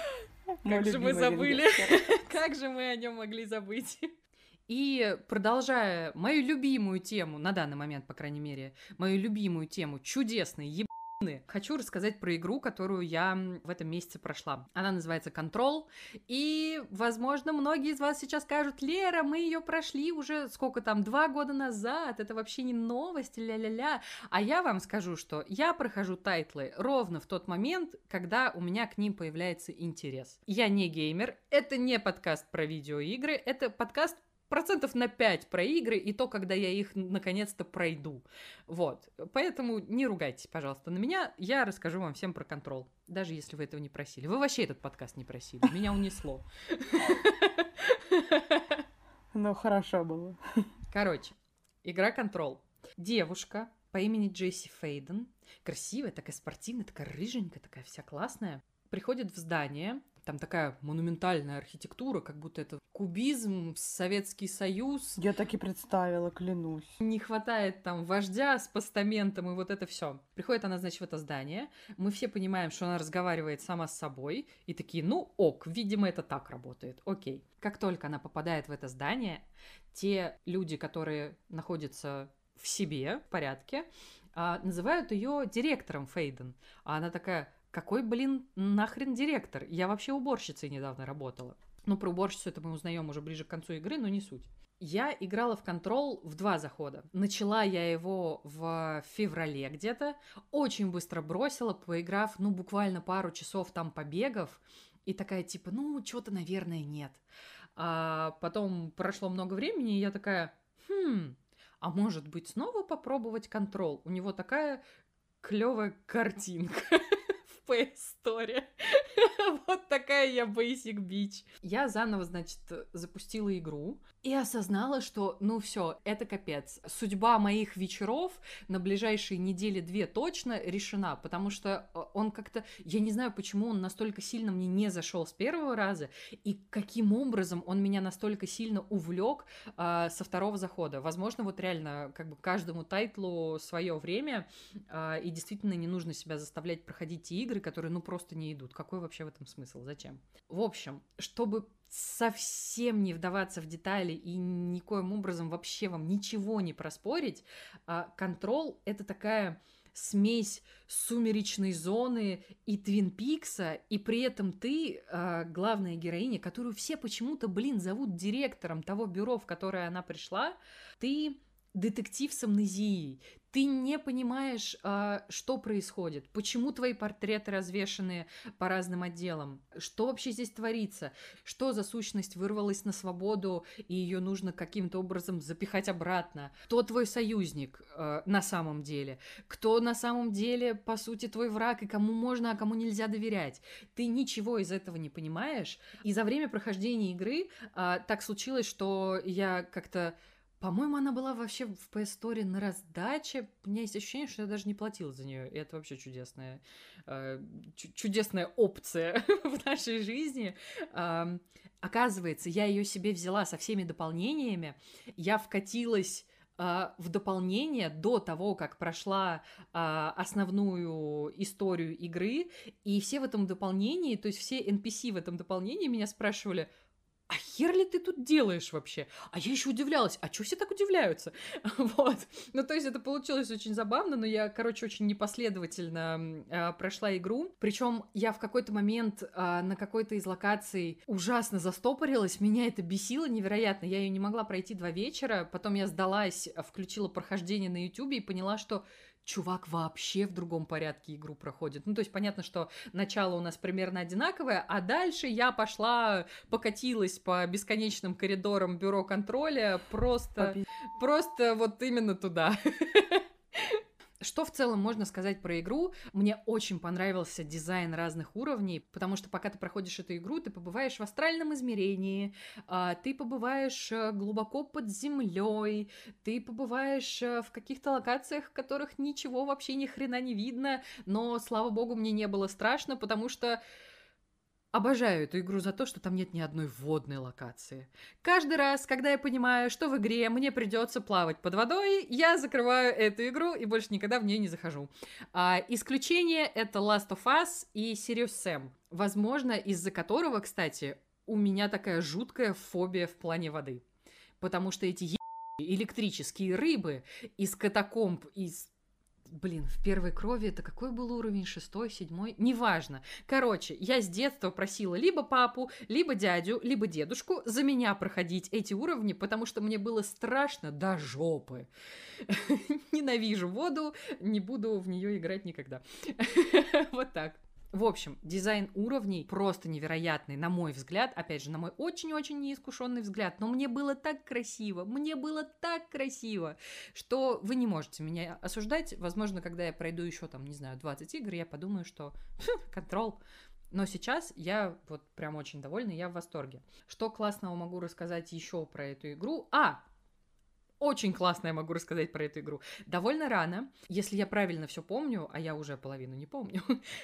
Как же мы забыли. Как же мы о нем могли забыть. И продолжая мою любимую тему, на данный момент, по крайней мере, мою любимую тему чудесной ебаны, хочу рассказать про игру, которую я в этом месяце прошла. Она называется Control, и, возможно, многие из вас сейчас скажут: Лера, мы ее прошли уже сколько там, два года назад, это вообще не новость, ля-ля-ля. А я вам скажу, что я прохожу тайтлы ровно в тот момент, когда у меня к ним появляется интерес. Я не геймер, это не подкаст про видеоигры, это подкаст процентов на пять про игры, и то, когда я их наконец-то пройду. Вот. Поэтому не ругайтесь, пожалуйста, на меня. Я расскажу вам всем про Control, даже если вы этого не просили. Вы вообще этот подкаст не просили. Меня унесло. Ну, хорошо было. Короче, игра Control. Девушка по имени Джесси Фейден, красивая, такая спортивная, такая рыженькая, такая вся классная, приходит в здание. Там такая монументальная архитектура, как будто это кубизм, Советский Союз. Я так и представила, клянусь. Не хватает там вождя с постаментом и вот это все. Приходит она, значит, в это здание. Мы все понимаем, что она разговаривает сама с собой. И такие, ну ок, видимо, это так работает. Окей. Как только она попадает в это здание, те люди, которые находятся в себе, в порядке, называют ее директором Фейден. А она такая: какой, блин, нахрен директор? Я вообще уборщицей недавно работала. Ну, про уборщицу это мы узнаем уже ближе к концу игры, но не суть. Я играла в Control в два захода. Начала я его в феврале где-то, очень быстро бросила, поиграв, ну, буквально пару часов там побегов, и такая типа, ну, что-то, наверное, нет. А потом прошло много времени, и я такая, хм, а может быть снова попробовать Control? У него такая клевая картинка. История. Вот такая Какая я basic bitch. Я заново, значит, запустила игру и осознала, что, ну все, это капец. Судьба моих вечеров на ближайшие недели две точно решена, потому что он как-то, я не знаю, почему он настолько сильно мне не зашел с первого раза, и каким образом он меня настолько сильно увлек а, со второго захода. Возможно, вот реально, как бы каждому тайтлу свое время, а, и действительно не нужно себя заставлять проходить те игры, которые, ну, просто не идут. Какой вообще в этом смысл? Зачем? В общем, чтобы совсем не вдаваться в детали и никоим образом вообще вам ничего не проспорить, Control — это такая смесь сумеречной зоны и Твин Пикса, и при этом ты главная героиня, которую все почему-то, блин, зовут директором того бюро, в которое она пришла, ты детектив с амнезией. Ты не понимаешь, что происходит, почему твои портреты развешаны по разным отделам, что вообще здесь творится, что за сущность вырвалась на свободу, и ее нужно каким-то образом запихать обратно, кто твой союзник на самом деле, кто на самом деле, по сути, твой враг, и кому можно, а кому нельзя доверять. Ты ничего из этого не понимаешь, и за время прохождения игры так случилось, что я как-то... По-моему, она была вообще в пи эс Store на раздаче. У меня есть ощущение, что я даже не платила за нее. И это вообще чудесная, э, чудесная опция в нашей жизни. Э, оказывается, я ее себе взяла со всеми дополнениями. Я вкатилась э, в дополнение до того, как прошла э, основную историю игры. И все в этом дополнении, то есть все эн пи си в этом дополнении меня спрашивали: а хер ли ты тут делаешь вообще? А я еще удивлялась, а чё все так удивляются? Вот. Ну, то есть это получилось очень забавно, но я, короче, очень непоследовательно э, прошла игру. Причем я в какой-то момент э, на какой-то из локаций ужасно застопорилась, меня это бесило невероятно. Я ее не могла пройти два вечера, потом я сдалась, включила прохождение на ютубе и поняла, что чувак вообще в другом порядке игру проходит. Ну, то есть понятно, что начало у нас примерно одинаковое, а дальше я пошла, покатилась по бесконечным коридорам бюро контроля, просто, Попи... просто вот именно туда. Что в целом можно сказать про игру? Мне очень понравился дизайн разных уровней, потому что пока ты проходишь эту игру, ты побываешь в астральном измерении, ты побываешь глубоко под землей, ты побываешь в каких-то локациях, в которых ничего вообще ни хрена не видно, но, слава богу, мне не было страшно, потому что обожаю эту игру за то, что там нет ни одной водной локации. Каждый раз, когда я понимаю, что в игре мне придется плавать под водой, я закрываю эту игру и больше никогда в нее не захожу. А, исключение — это Last of Us и Serious Sam. Возможно, из-за которого, кстати, у меня такая жуткая фобия в плане воды. Потому что эти е... электрические рыбы из катакомб, из... Блин, в первой крови это какой был уровень? Шестой, седьмой? Неважно. Короче, я с детства просила либо папу, либо дядю, либо дедушку за меня проходить эти уровни, потому что мне было страшно до жопы. Ненавижу воду, не буду в нее играть никогда. Вот так. В общем, дизайн уровней просто невероятный, на мой взгляд, опять же, на мой очень-очень неискушенный взгляд, но мне было так красиво, мне было так красиво, что вы не можете меня осуждать. Возможно, когда я пройду еще там, не знаю, двадцать игр, я подумаю, что Control. Но сейчас я вот прям очень довольна, я в восторге. Что классного могу рассказать еще про эту игру? А! Очень классно я могу рассказать про эту игру. Довольно рано, если я правильно все помню, а я уже половину не помню,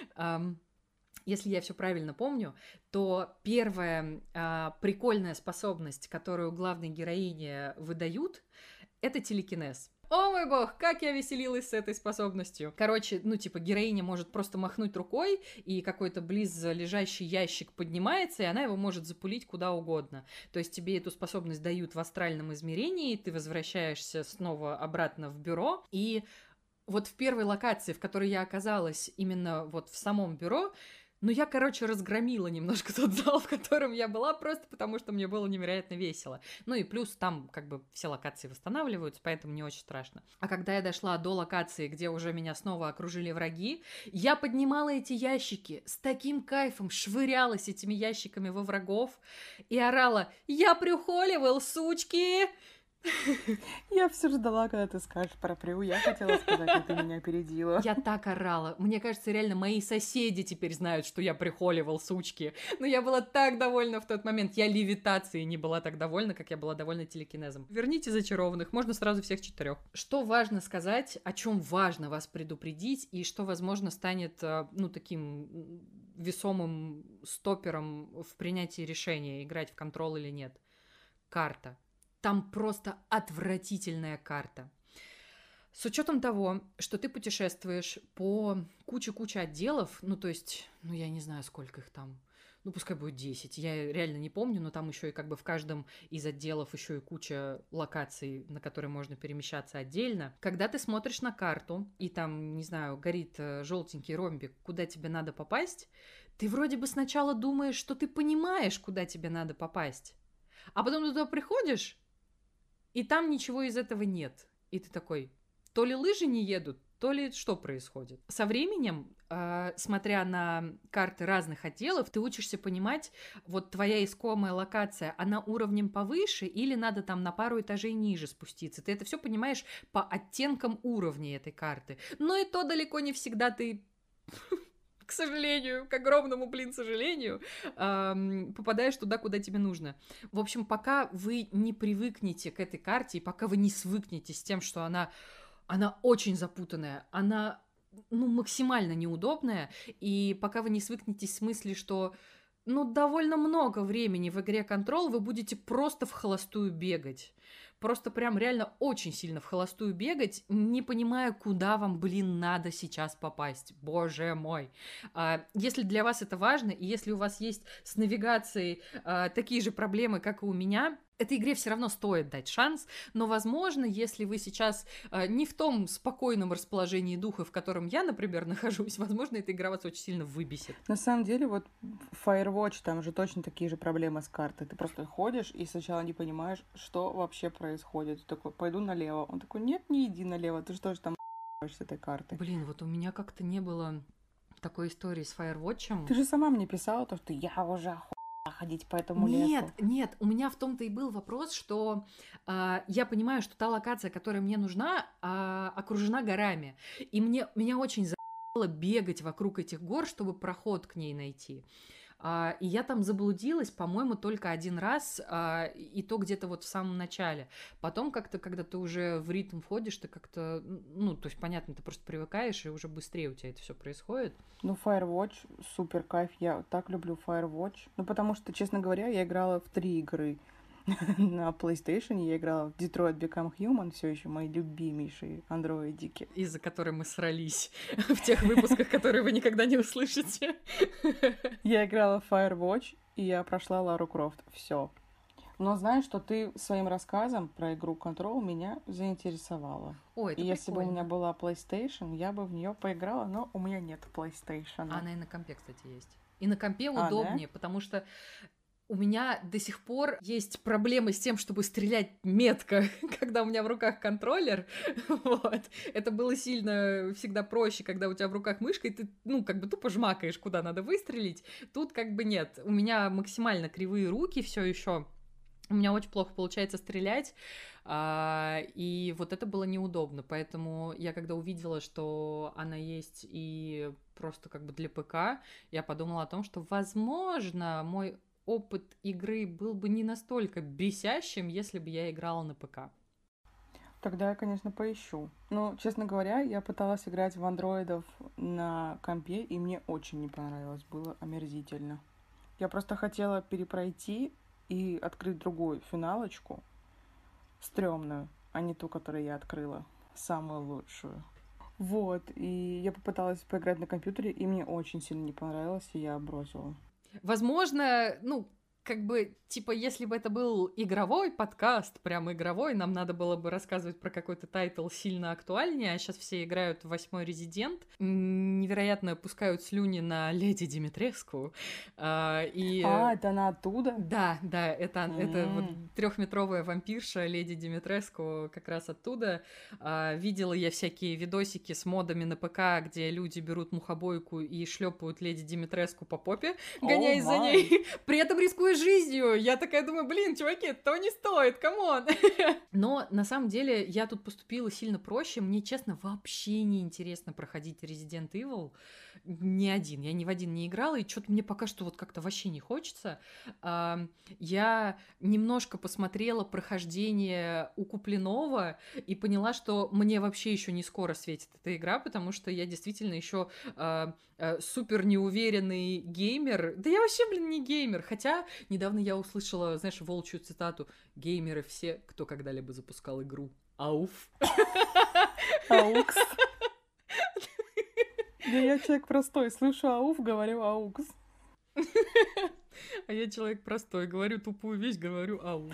если я все правильно помню, то первая прикольная способность, которую главной героине выдают, это телекинез. О мой бог, как я веселилась с этой способностью. Короче, ну, типа, героиня может просто махнуть рукой, и какой-то близлежащий ящик поднимается, и она его может запулить куда угодно. То есть тебе эту способность дают в астральном измерении, ты возвращаешься снова обратно в бюро, и вот в первой локации, в которой я оказалась именно вот в самом бюро, ну, я, короче, разгромила немножко тот зал, в котором я была, просто потому что мне было невероятно весело. Ну и плюс там как бы все локации восстанавливаются, поэтому не очень страшно. А когда я дошла до локации, где уже меня снова окружили враги, я поднимала эти ящики с таким кайфом, швырялась этими ящиками во врагов и орала: «Я прихоливал, сучки!» Я все ждала, когда ты скажешь про Прю. Я хотела сказать, но ты меня опередила. Я так орала. Мне кажется, реально мои соседи теперь знают, что я прихоливал, сучки. Но я была так довольна в тот момент. Я левитацией не была так довольна, как я была довольна телекинезом. Верните зачарованных, можно сразу всех четырех. Что важно сказать, о чем важно вас предупредить, и что, возможно, станет, ну, таким весомым стопером в принятии решения, играть в контрол или нет. Карта. Там просто отвратительная карта. С учетом того, что ты путешествуешь по куче-куче отделов, ну, то есть, ну, я не знаю, сколько их там, ну, пускай будет десять, я реально не помню, но там еще и как бы в каждом из отделов еще и куча локаций, на которые можно перемещаться отдельно. Когда ты смотришь на карту, и там, не знаю, горит желтенький ромбик, куда тебе надо попасть, ты вроде бы сначала думаешь, что ты понимаешь, куда тебе надо попасть, а потом ты туда приходишь, и там ничего из этого нет. И ты такой, то ли лыжи не едут, то ли что происходит. Со временем, э, смотря на карты разных отделов, ты учишься понимать, вот твоя искомая локация, она уровнем повыше или надо там на пару этажей ниже спуститься. Ты это все понимаешь по оттенкам уровней этой карты. Но и то далеко не всегда ты... к сожалению, к огромному, блин, сожалению, эм, попадаешь туда, куда тебе нужно. В общем, пока вы не привыкнете к этой карте, и пока вы не свыкнетесь с тем, что она, она очень запутанная, она, ну, максимально неудобная, и пока вы не свыкнетесь с мыслью, что, ну, довольно много времени в игре Control вы будете просто в холостую бегать. Просто прям реально очень сильно в холостую бегать, не понимая, куда вам, блин, надо сейчас попасть. Боже мой. А, если для вас это важно, и если у вас есть с навигацией а, такие же проблемы, как и у меня, этой игре все равно стоит дать шанс, но, возможно, если вы сейчас а, не в том спокойном расположении духа, в котором я, например, нахожусь, возможно, эта игра вас очень сильно выбесит. На самом деле, вот в Firewatch там же точно такие же проблемы с картой. Ты просто ходишь и сначала не понимаешь, что вообще происходит. Ты такой, пойду налево. Он такой, нет, не иди налево, ты что же там с этой картой? Блин, вот у меня как-то не было такой истории с Firewatch'ем. Ты же сама мне писала то, что я уже охуела ходить по этому лесу. Нет, нет, у меня в том-то и был вопрос, что э, я понимаю, что та локация, которая мне нужна, э, окружена горами. И мне, меня очень за***ло бегать вокруг этих гор, чтобы проход к ней найти. Uh, и я там заблудилась, по-моему, только один раз, uh, и то где-то вот в самом начале. Потом как-то, когда ты уже в ритм входишь, ты как-то, ну, то есть, понятно, ты просто привыкаешь, и уже быстрее у тебя это все происходит. Ну, Firewatch, супер кайф, я так люблю Firewatch. Ну, потому что, честно говоря, я играла в три игры на PlayStation, я играла в Detroit Become Human, все еще мои любимейшие андроидики. Из-за которой мы срались в тех выпусках, которые вы никогда не услышите. Я играла в Firewatch, и я прошла Лару Крофт. Все. Но знаешь, что ты своим рассказом про игру Control меня заинтересовала. Ой, это и если прикольно. бы у меня была PlayStation, я бы в нее поиграла, но у меня нет PlayStation. А она и на компе, кстати, есть. И на компе а, удобнее, да? потому что у меня до сих пор есть проблемы с тем, чтобы стрелять метко, когда у меня в руках контроллер. Вот. Это было сильно всегда проще, когда у тебя в руках мышка, и ты, ну, как бы тупо жмакаешь, куда надо выстрелить. Тут как бы нет. У меня максимально кривые руки все еще. У меня очень плохо получается стрелять, и вот это было неудобно. Поэтому я когда увидела, что она есть и просто как бы для ПК, я подумала о том, что, возможно, мой опыт игры был бы не настолько бесящим, если бы я играла на ПК. Тогда я, конечно, поищу. Но, честно говоря, я пыталась играть в андроидов на компе, и мне очень не понравилось. Было омерзительно. Я просто хотела перепройти и открыть другую финалочку, стрёмную, а не ту, которую я открыла, самую лучшую. Вот, и я попыталась поиграть на компьютере, и мне очень сильно не понравилось, и я бросила. Возможно, ну, как бы, типа, если бы это был игровой подкаст, прям игровой, нам надо было бы рассказывать про какой-то тайтл сильно актуальнее, а сейчас все играют в «Восьмой Резидент», невероятно пускают слюни на леди Димитреску. А, и... а это она оттуда? Да, да, это, mm-hmm. это вот трехметровая вампирша леди Димитреску как раз оттуда. А, видела я всякие видосики с модами на ПК, где люди берут мухобойку и шлепают леди Димитреску по попе, гоняясь oh за ней, при этом рискуя такой жизнью. Я такая думаю, блин, чуваки, это не стоит, камон. Но на самом деле я тут поступила сильно проще. Мне, честно, вообще не интересно проходить Resident Evil. Ни один. Я ни в один не играла, и что-то мне пока что вот как-то вообще не хочется. А, я немножко посмотрела прохождение у Куплинова и поняла, что мне вообще еще не скоро светит эта игра, потому что я действительно еще а, а, супер неуверенный геймер. Да я вообще, блин, не геймер. Хотя недавно я услышала, знаешь, волчью цитату: «Геймеры все, кто когда-либо запускал игру. Ауф». Аукс. Да я человек простой, слышу ауф, говорю аукс. А я человек простой, говорю тупую вещь, говорю ауф.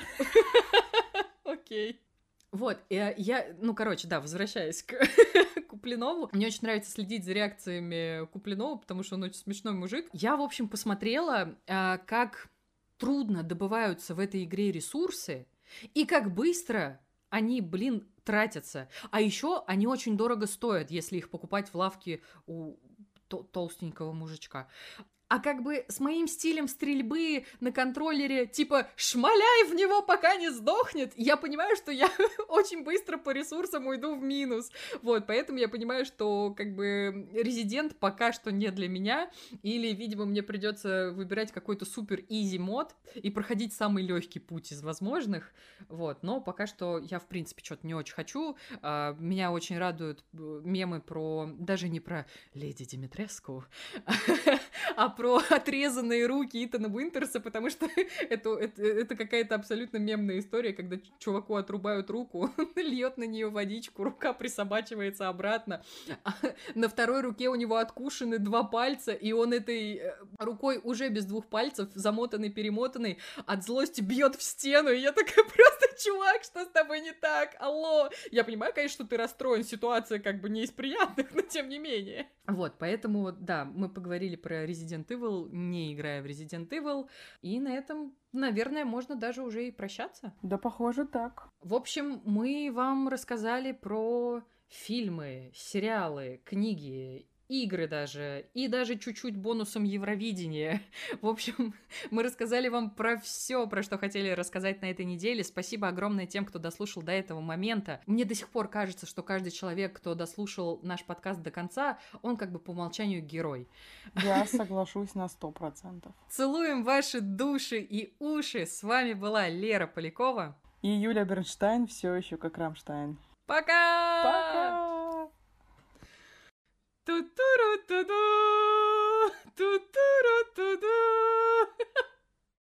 Окей. Вот, я, я, ну, короче, да, возвращаясь к Куплинову. Мне очень нравится следить за реакциями Куплинова, потому что он очень смешной мужик. Я, в общем, посмотрела, как трудно добываются в этой игре ресурсы, и как быстро они, блин, тратятся. А еще они очень дорого стоят, если их покупать в лавке у толстенького мужичка. А как бы с моим стилем стрельбы на контроллере, типа, шмаляй в него, пока не сдохнет, я понимаю, что я очень быстро по ресурсам уйду в минус. Вот, поэтому я понимаю, что, как бы, Резидент пока что не для меня, или, видимо, мне придется выбирать какой-то супер изи мод и проходить самый легкий путь из возможных. Вот, но пока что я, в принципе, что-то не очень хочу. Меня очень радуют мемы про, даже не про леди Димитреску, а про отрезанные руки Итана Уинтерса, потому что это, это, это какая-то абсолютно мемная история, когда чуваку отрубают руку, льет на нее водичку, рука присобачивается обратно, а на второй руке у него откушены два пальца, и он этой рукой уже без двух пальцев, замотанный, перемотанный, от злости бьет в стену, и я такая, просто, чувак, что с тобой не так? Алло! Я понимаю, конечно, что ты расстроен, ситуация как бы не из приятных, но тем не менее. Вот, поэтому, да, мы поговорили про Resident Evil, не играя в Resident Evil, и на этом, наверное, можно даже уже и прощаться. Да, похоже, так. В общем, мы вам рассказали про фильмы, сериалы, книги, игры даже, и даже чуть-чуть бонусом Евровидения. В общем, мы рассказали вам про все, про что хотели рассказать на этой неделе. Спасибо огромное тем, кто дослушал до этого момента. Мне до сих пор кажется, что каждый человек, кто дослушал наш подкаст до конца, он как бы по умолчанию герой. Я соглашусь на сто процентов. Целуем ваши души и уши. С вами была Лера Полякова. И Юля Бернштайн, все еще как Рамштайн. Пока! Пока! Ту-ту-ру-ту-ду! Ту-ту-ру-ту-ду!